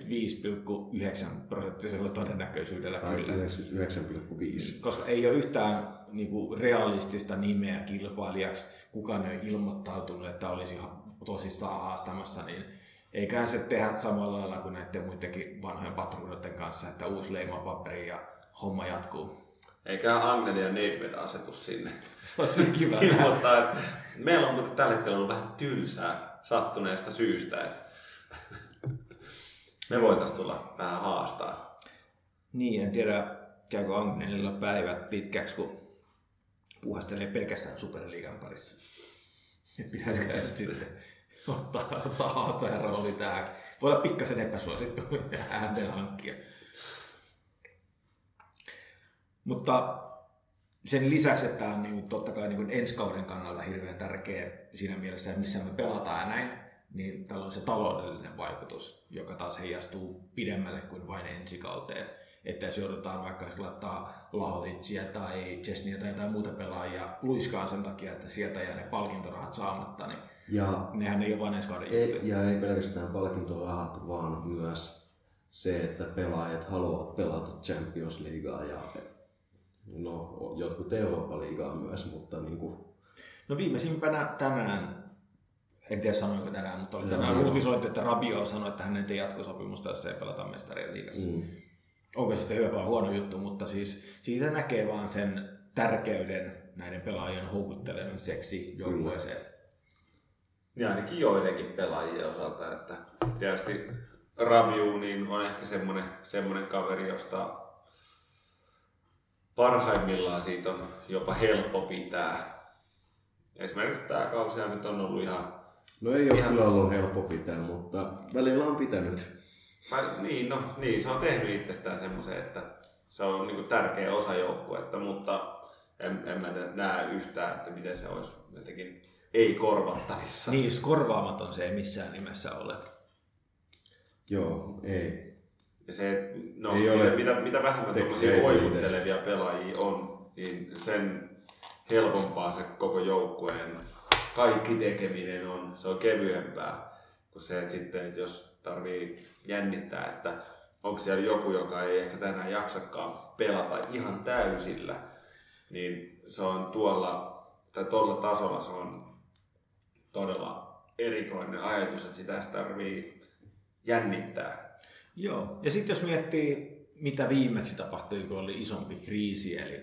95,9% todennäköisyydellä kyllä. 99,5. Koska ei ole yhtään niinku realistista nimeä kilpailijaksi. Kukaan ei ole ilmoittautunut, että olisi tosissaan haastamassa, niin eiköhän se tehdä samalla lailla kuin näiden muidenkin vanhojen patruunoiden kanssa, että uusi leimapaperi ja homma jatkuu. Eiköhän Agnel ja Nedved asetu sinne. Se olisi kiva ilmoittaa, että meillä on muuten tällä hetkellä ollut vähän tylsää sattuneesta syystä, että me voitaisiin tulla vähän haastaa. Niin, en tiedä käykö Agnelilla päivät pitkäksi, kun puhastelee pelkästään Superliigan parissa. Pitäisikö nyt sitten ottaa haastajan rooli tähän. Voi olla pikkasen epäsuosittu äänteen hankkia. Mutta sen lisäksi, että tämä on niin totta kai niin ensi kauden kannalta hirveän tärkeä siinä mielessä, missä me pelataan ja näin, niin tällä on se taloudellinen vaikutus, joka taas heijastuu pidemmälle kuin vain ensi kauteen. Että jos joudutaan vaikka laittaa Lahovicia tai Chesnia tai jotain muuta pelaajia luiskaan sen takia, että sieltä jää ne palkintorahat saamatta, niin ja nehän ei ole vain ensi kauden juttuja. Ja ei pelkästään palkintorahat, vaan myös se, että pelaajat haluavat pelata Champions Leaguea ja jotkut Eurooppa-liigaa myös, mutta niinku... No viimeisimpänä tänään, en tiedä sanoinko tänään, mutta oli tänään uutisointi, että Rabiot sanoi, että hän ei tee jatkosopimusta, jos ei pelata Mestarien liigassa. Onko se sitten hyvä vai huono juttu, mutta siis siitä näkee vaan sen tärkeyden näiden pelaajien houkuttelemiseksi joukkueeseen. Ja ainakin joidenkin pelaajien osalta, että tietysti Rabiu niin on ehkä semmonen kaveri, josta parhaimmillaan siitä on jopa helppo pitää. Esimerkiksi tämä kausi nyt on ollut ihan... No ei ole kyllä ollut helppo pitää, mutta välillä on pitänyt. Niin, se on tehnyt itsestään semmoisen, että se on niin kuin tärkeä osa joukkuetta, mutta en mä näe yhtään, että miten se olisi jotenkin ei-korvattavissa. Niin, korvaamaton se ei missään nimessä ole. Joo, ei. Ja se, no, ei mitä vähemmän tuollaisia oivuttelevia pelaajia on, niin sen helpompaa se koko joukkueen kaikki tekeminen on. Se on kevyempää kuin se, että sitten, että jos tarvii jännittää, että onko siellä joku, joka ei ehkä tänään jaksakaan pelata ihan täysillä, niin se on tuolla tasolla se on todella erikoinen ajatus, että sitä tarvii jännittää. Joo, ja sitten jos miettii, mitä viimeksi tapahtui, kun oli isompi kriisi, eli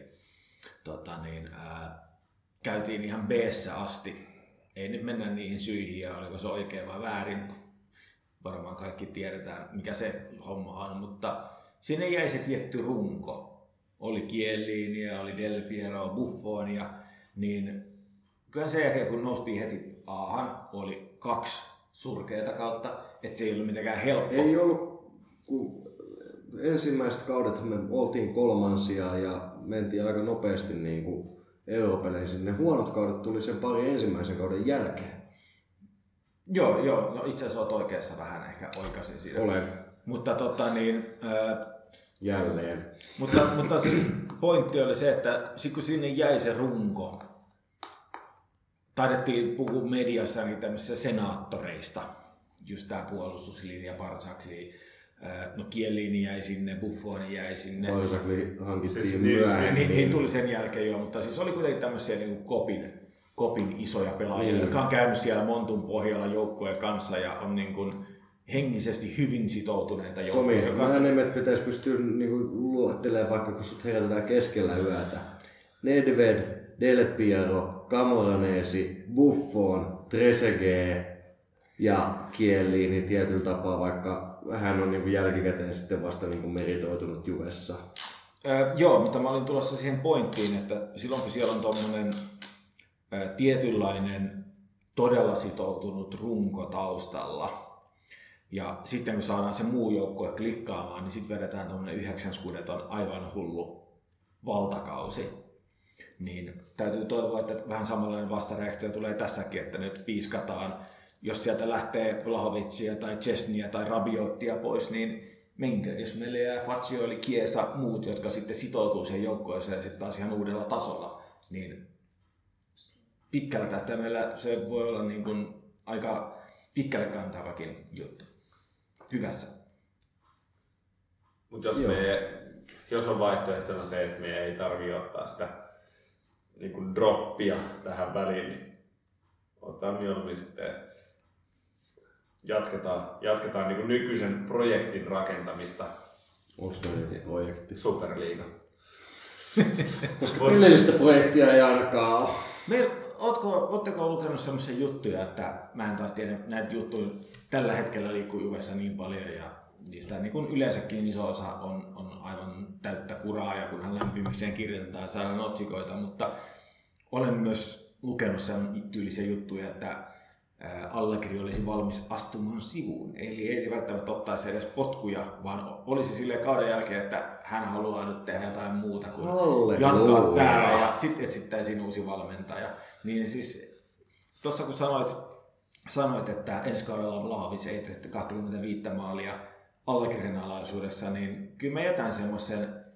käytiin ihan B-ssä asti. Ei nyt mennä niihin syihin ja oliko se oikein vai väärin. Varmaan kaikki tiedetään, mikä se homma on, mutta sinne jäi se tietty runko. Oli Chielliniä, oli Del Piero, Buffonia, niin kyllä sen jälkeen kun noustiin heti A:han, oli 2 surkeata kautta, että se ei ollut mitenkään helppo. Ei ollut, kun ensimmäiset kaudet me oltiin kolmansia ja mentiin aika nopeasti niin kuin europeleihin. Ne huonot kaudet tuli sen pari ensimmäisen kauden jälkeen. Joo, no itse asiassa olet oikeassa, vähän ehkä oikaisin siitä. Olen. Mutta jälleen. Mutta se pointti oli se, että kun sinne jäi se runko, taidettiin puhua mediassakin tämmöisistä senaattoreista, just tää puolustuslinja, Barzagli, no Chiellini jäi sinne, Buffoni jäi sinne. Barzagli hankittiin siis myöhemmin. Niin tuli sen jälkeen jo, mutta siis oli kuitenkin tämmöisiä niin kopin isoja pelaajia, jotka on käynyt siellä Montun pohjalla joukkueen kanssa ja on niin kuin henkisesti hyvin sitoutuneita joukkueita. Tomi, vähän nimet pitäisi pystyä niin luottelemaan vaikka kun sut herätetään keskellä yötä. Nedved, Del Piero, Camoranesi, Buffon, Trezeguet ja Chiellini tietyllä tapaa, vaikka hän on niin jälkikäteen sitten vasta niin meritoitunut Juvessa. Joo, mutta mä olin tulossa siihen pointtiin, että silloin kun siellä on tommonen tietynlainen todella sitoutunut runko taustalla, ja sitten kun saadaan se muu joukkue klikkaamaan, niin sitten vedetään tommonen 9 skudeton aivan hullu valtakausi. Niin täytyy toivoa, että vähän samanlainen vastareaktio tulee tässäkin, että nyt piiskataan. Jos sieltä lähtee Vlahovicia tai Chesniä tai Rabiottia pois, niin menköön. Jos meillä jää Fagioli, Chiesa, muut, jotka sitten sitoutuu siihen joukkueeseen sitten taas ihan uudella tasolla, niin pitkällä tähtäimellä se voi olla niin kuin aika pitkälle kantavakin juttu. Hyvässä. Mutta jos on vaihtoehtona se, että me ei tarvitse ottaa sitä niin kuin droppia tähän väliin, niin otetaan mieluummin sitten, jatketaan niin kuin nykyisen projektin rakentamista. Onko meillä projekti? Superliiga. Koska pelillistä projektia ei ainakaan ole. Ootteko lukenut sellaisia juttuja, että mä en taas tiedä, näitä juttuja tällä hetkellä liikkuu Juvessa niin paljon ja niistä niin kuin yleensäkin iso osa on aivan täyttä kuraa ja kunhan lämpimikseen kirjoitetaan ja saadaan otsikoita, mutta olen myös lukenut sen tyylisiä juttuja, että Allegri olisi valmis astumaan sivuun. Eli ei välttämättä ottaisi edes potkuja, vaan olisi silleen kauden jälkeen, että hän haluaa nyt tehdä jotain muuta kuin jatkaa täällä ja sitten etsittäisiin uusi valmentaja. Niin siis tuossa kun sanoit, että ensi kaudella Vlahovic ei tehty 25 maalia Allegrin alaisuudessa, niin kyllä mä jätän semmoisen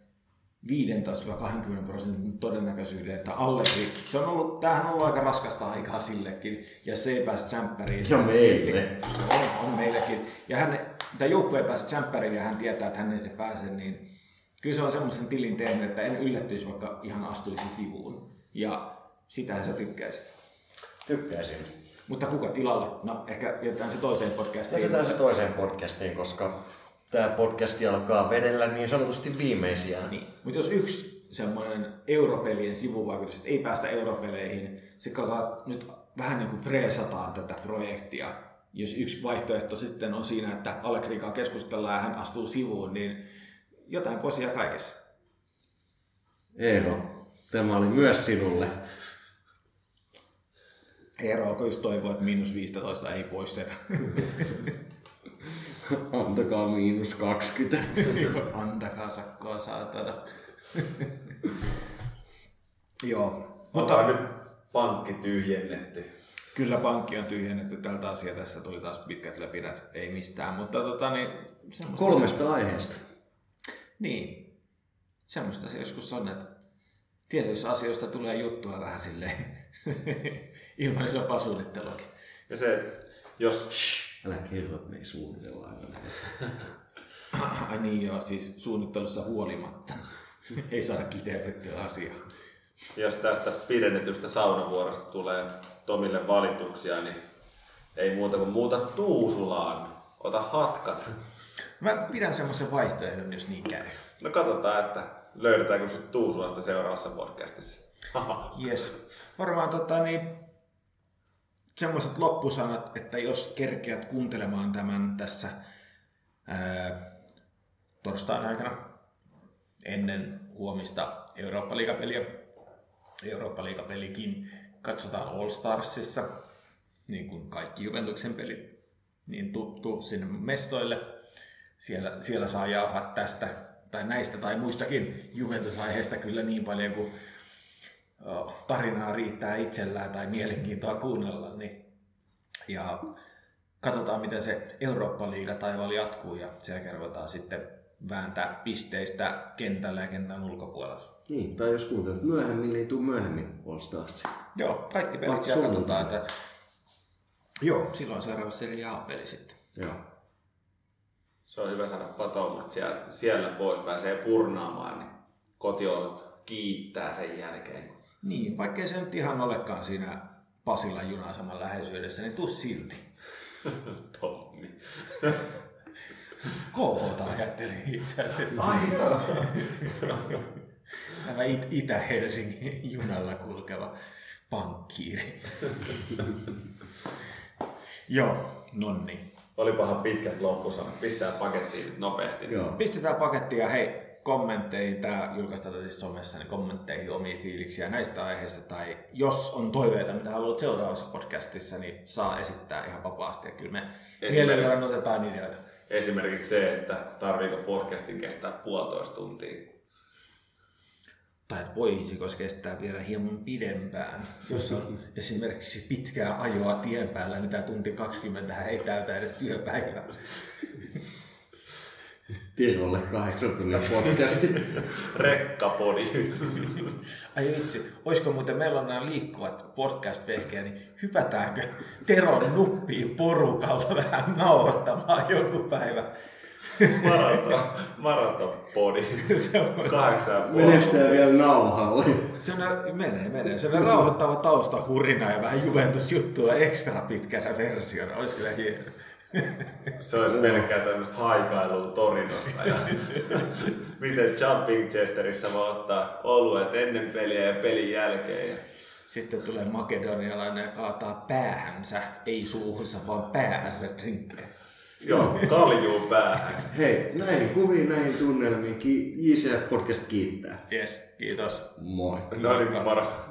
15-20% todennäköisyyden, että Allegri, tämähän on ollut aika raskasta aikaa sillekin, ja se ei pääse tsemppäriin. Ja meille. On meillekin. Ja tämä joukkue ei pääse tsemppäriin ja hän tietää, että hän ei sitten pääse, niin kyllä se on semmoisen tilin tehnyt, että en yllättyisi, vaikka ihan astuisi sivuun. Ja sitähän sä tykkäisit. Tykkäisin. Mutta kuka tilalle? No ehkä jätetään se toiseen podcastiin. Jätetään se toiseen podcastiin, koska tämä podcasti alkaa vedellä niin sanotusti viimeisiä. Niin. Mutta jos yksi semmoinen europelien sivuvaikutus, että ei päästä europeleihin, se katsotaan nyt vähän niin kuin freesataan tätä projektia. Jos yksi vaihtoehto sitten on siinä, että Allegrin kanssa keskustellaan ja hän astuu sivuun, niin jotain posia kaikessa. Eero, tämä oli myös sinulle. Eero alkoi just toivoa, että -15 ei poisteta. Antakaa -20. Antakaa sakkoa, saatana. Joo. Mutta nyt pankki tyhjennetty. Kyllä pankki on tyhjennetty tältä asiaa. Tässä tuli taas pitkät läpinät, ei mistään. Mutta semmoista 3 aiheesta. Niin. Semmoista se joskus on, että tietyissä asioista tulee juttua vähän silleen ilman isompaa suunnitteluakin. Ja se, että jos... Älä kerro, että me ei suunnitella. Ai niin joo, siis suunnittelussa huolimatta. Ei saada kiteytettyä asiaa. Jos tästä pidennetystä saunavuorosta tulee Tomille valituksia, niin ei muuta kuin muuta Tuusulaan. Ota hatkat. Mä pidän semmoisen vaihtoehdon, jos niin käy. No katsotaan, että löydetäänkö sut Tuusulasta seuraavassa podcastissa. Jes. Varmaan semmoiset loppusanat, että jos kerkeät kuuntelemaan tämän tässä torstain aikana ennen huomista Eurooppa-liigapeliä. Eurooppa-liigapelikin katsotaan All Starsissa, niin kuin kaikki Juventuksen pelit, niin tuu sinne mestoille. Siellä saa jauhaa tästä tai näistä tai muistakin Juventus-aiheista kyllä niin paljon kuin tarinaa riittää itsellään tai mielenkiintoa kuunnella. Niin. Ja katsotaan, miten se Eurooppa-liiga taivaalla jatkuu ja sen jälkeen ruvetaan sitten vääntää pisteistä kentällä ja kentän ulkopuolella. Niin, tai jos kuuntelet myöhemmin, niin tuu myöhemmin All Starsiin. Joo, kaikki pelit siellä katsotaan. Että... Joo, silloin seuraava Serie A-peli sitten. Joo. Se on hyvä saada patomat siellä pois, pääsee purnaamaan, niin kotiolot kiittää sen jälkeen. Niin, vaikkei se nyt ihan olekaan siinä Pasilan junasaman läheisyydessä, niin tuu silti. Tommi. KH:ta ajattelin itse asiassa. Aina. Tämä Itä-Helsingin junalla kulkeva pankkiiri. Joo, nonni. Olipahan pitkät loppusanat. Pistää pakettiin nyt nopeasti. Joo. Pistetään pakettia, hei, kommentteihin, tämä julkaistaan tietysti somessa, niin kommentteihin omia fiiliksiä näistä aiheista, tai jos on toiveita, mitä haluat seuraavassa podcastissa, niin saa esittää ihan vapaasti, ja kyllä me mielellään otetaan ideoita. Esimerkiksi se, että tarviiko podcastin kestää 1,5 tuntia. Tai että voisiko kestää vielä hieman pidempään, jos on esimerkiksi pitkää ajoa tien päällä, mitä tunti 20 ei täytä edes työpäivää. Tirolle 8 tunnin podcasti. Rekkapodi. Ai vitsi, olisiko muuten meillä on nämä liikkuvat podcast-vehkeä, niin hypätäänkö Teron nuppiin porukalla vähän nauhoittamaan joku päivä? Maratonpodi. 8,5. Meneekö tää vielä nauhalle? Menee. Sellainen rauhoittava taustahurina ja vähän Juventus-juttua ekstra pitkällä versiona. Olisi kyllä hieno. Se olisi pelkkää tämmöistä haikailua Torinosta. Ja miten Jumping Chesterissa voi ottaa oluet ennen peliä ja pelin jälkeen. Sitten tulee makedonialainen ja kaataa päähänsä, ei suuhunsa, vaan päähänsä drinkkejä. Joo, kaljuun päähän. Hei, näihin kuviin, näihin tunnelmiin JCF Podcast kiittää. Yes, kiitos. Moi. No niin, moro.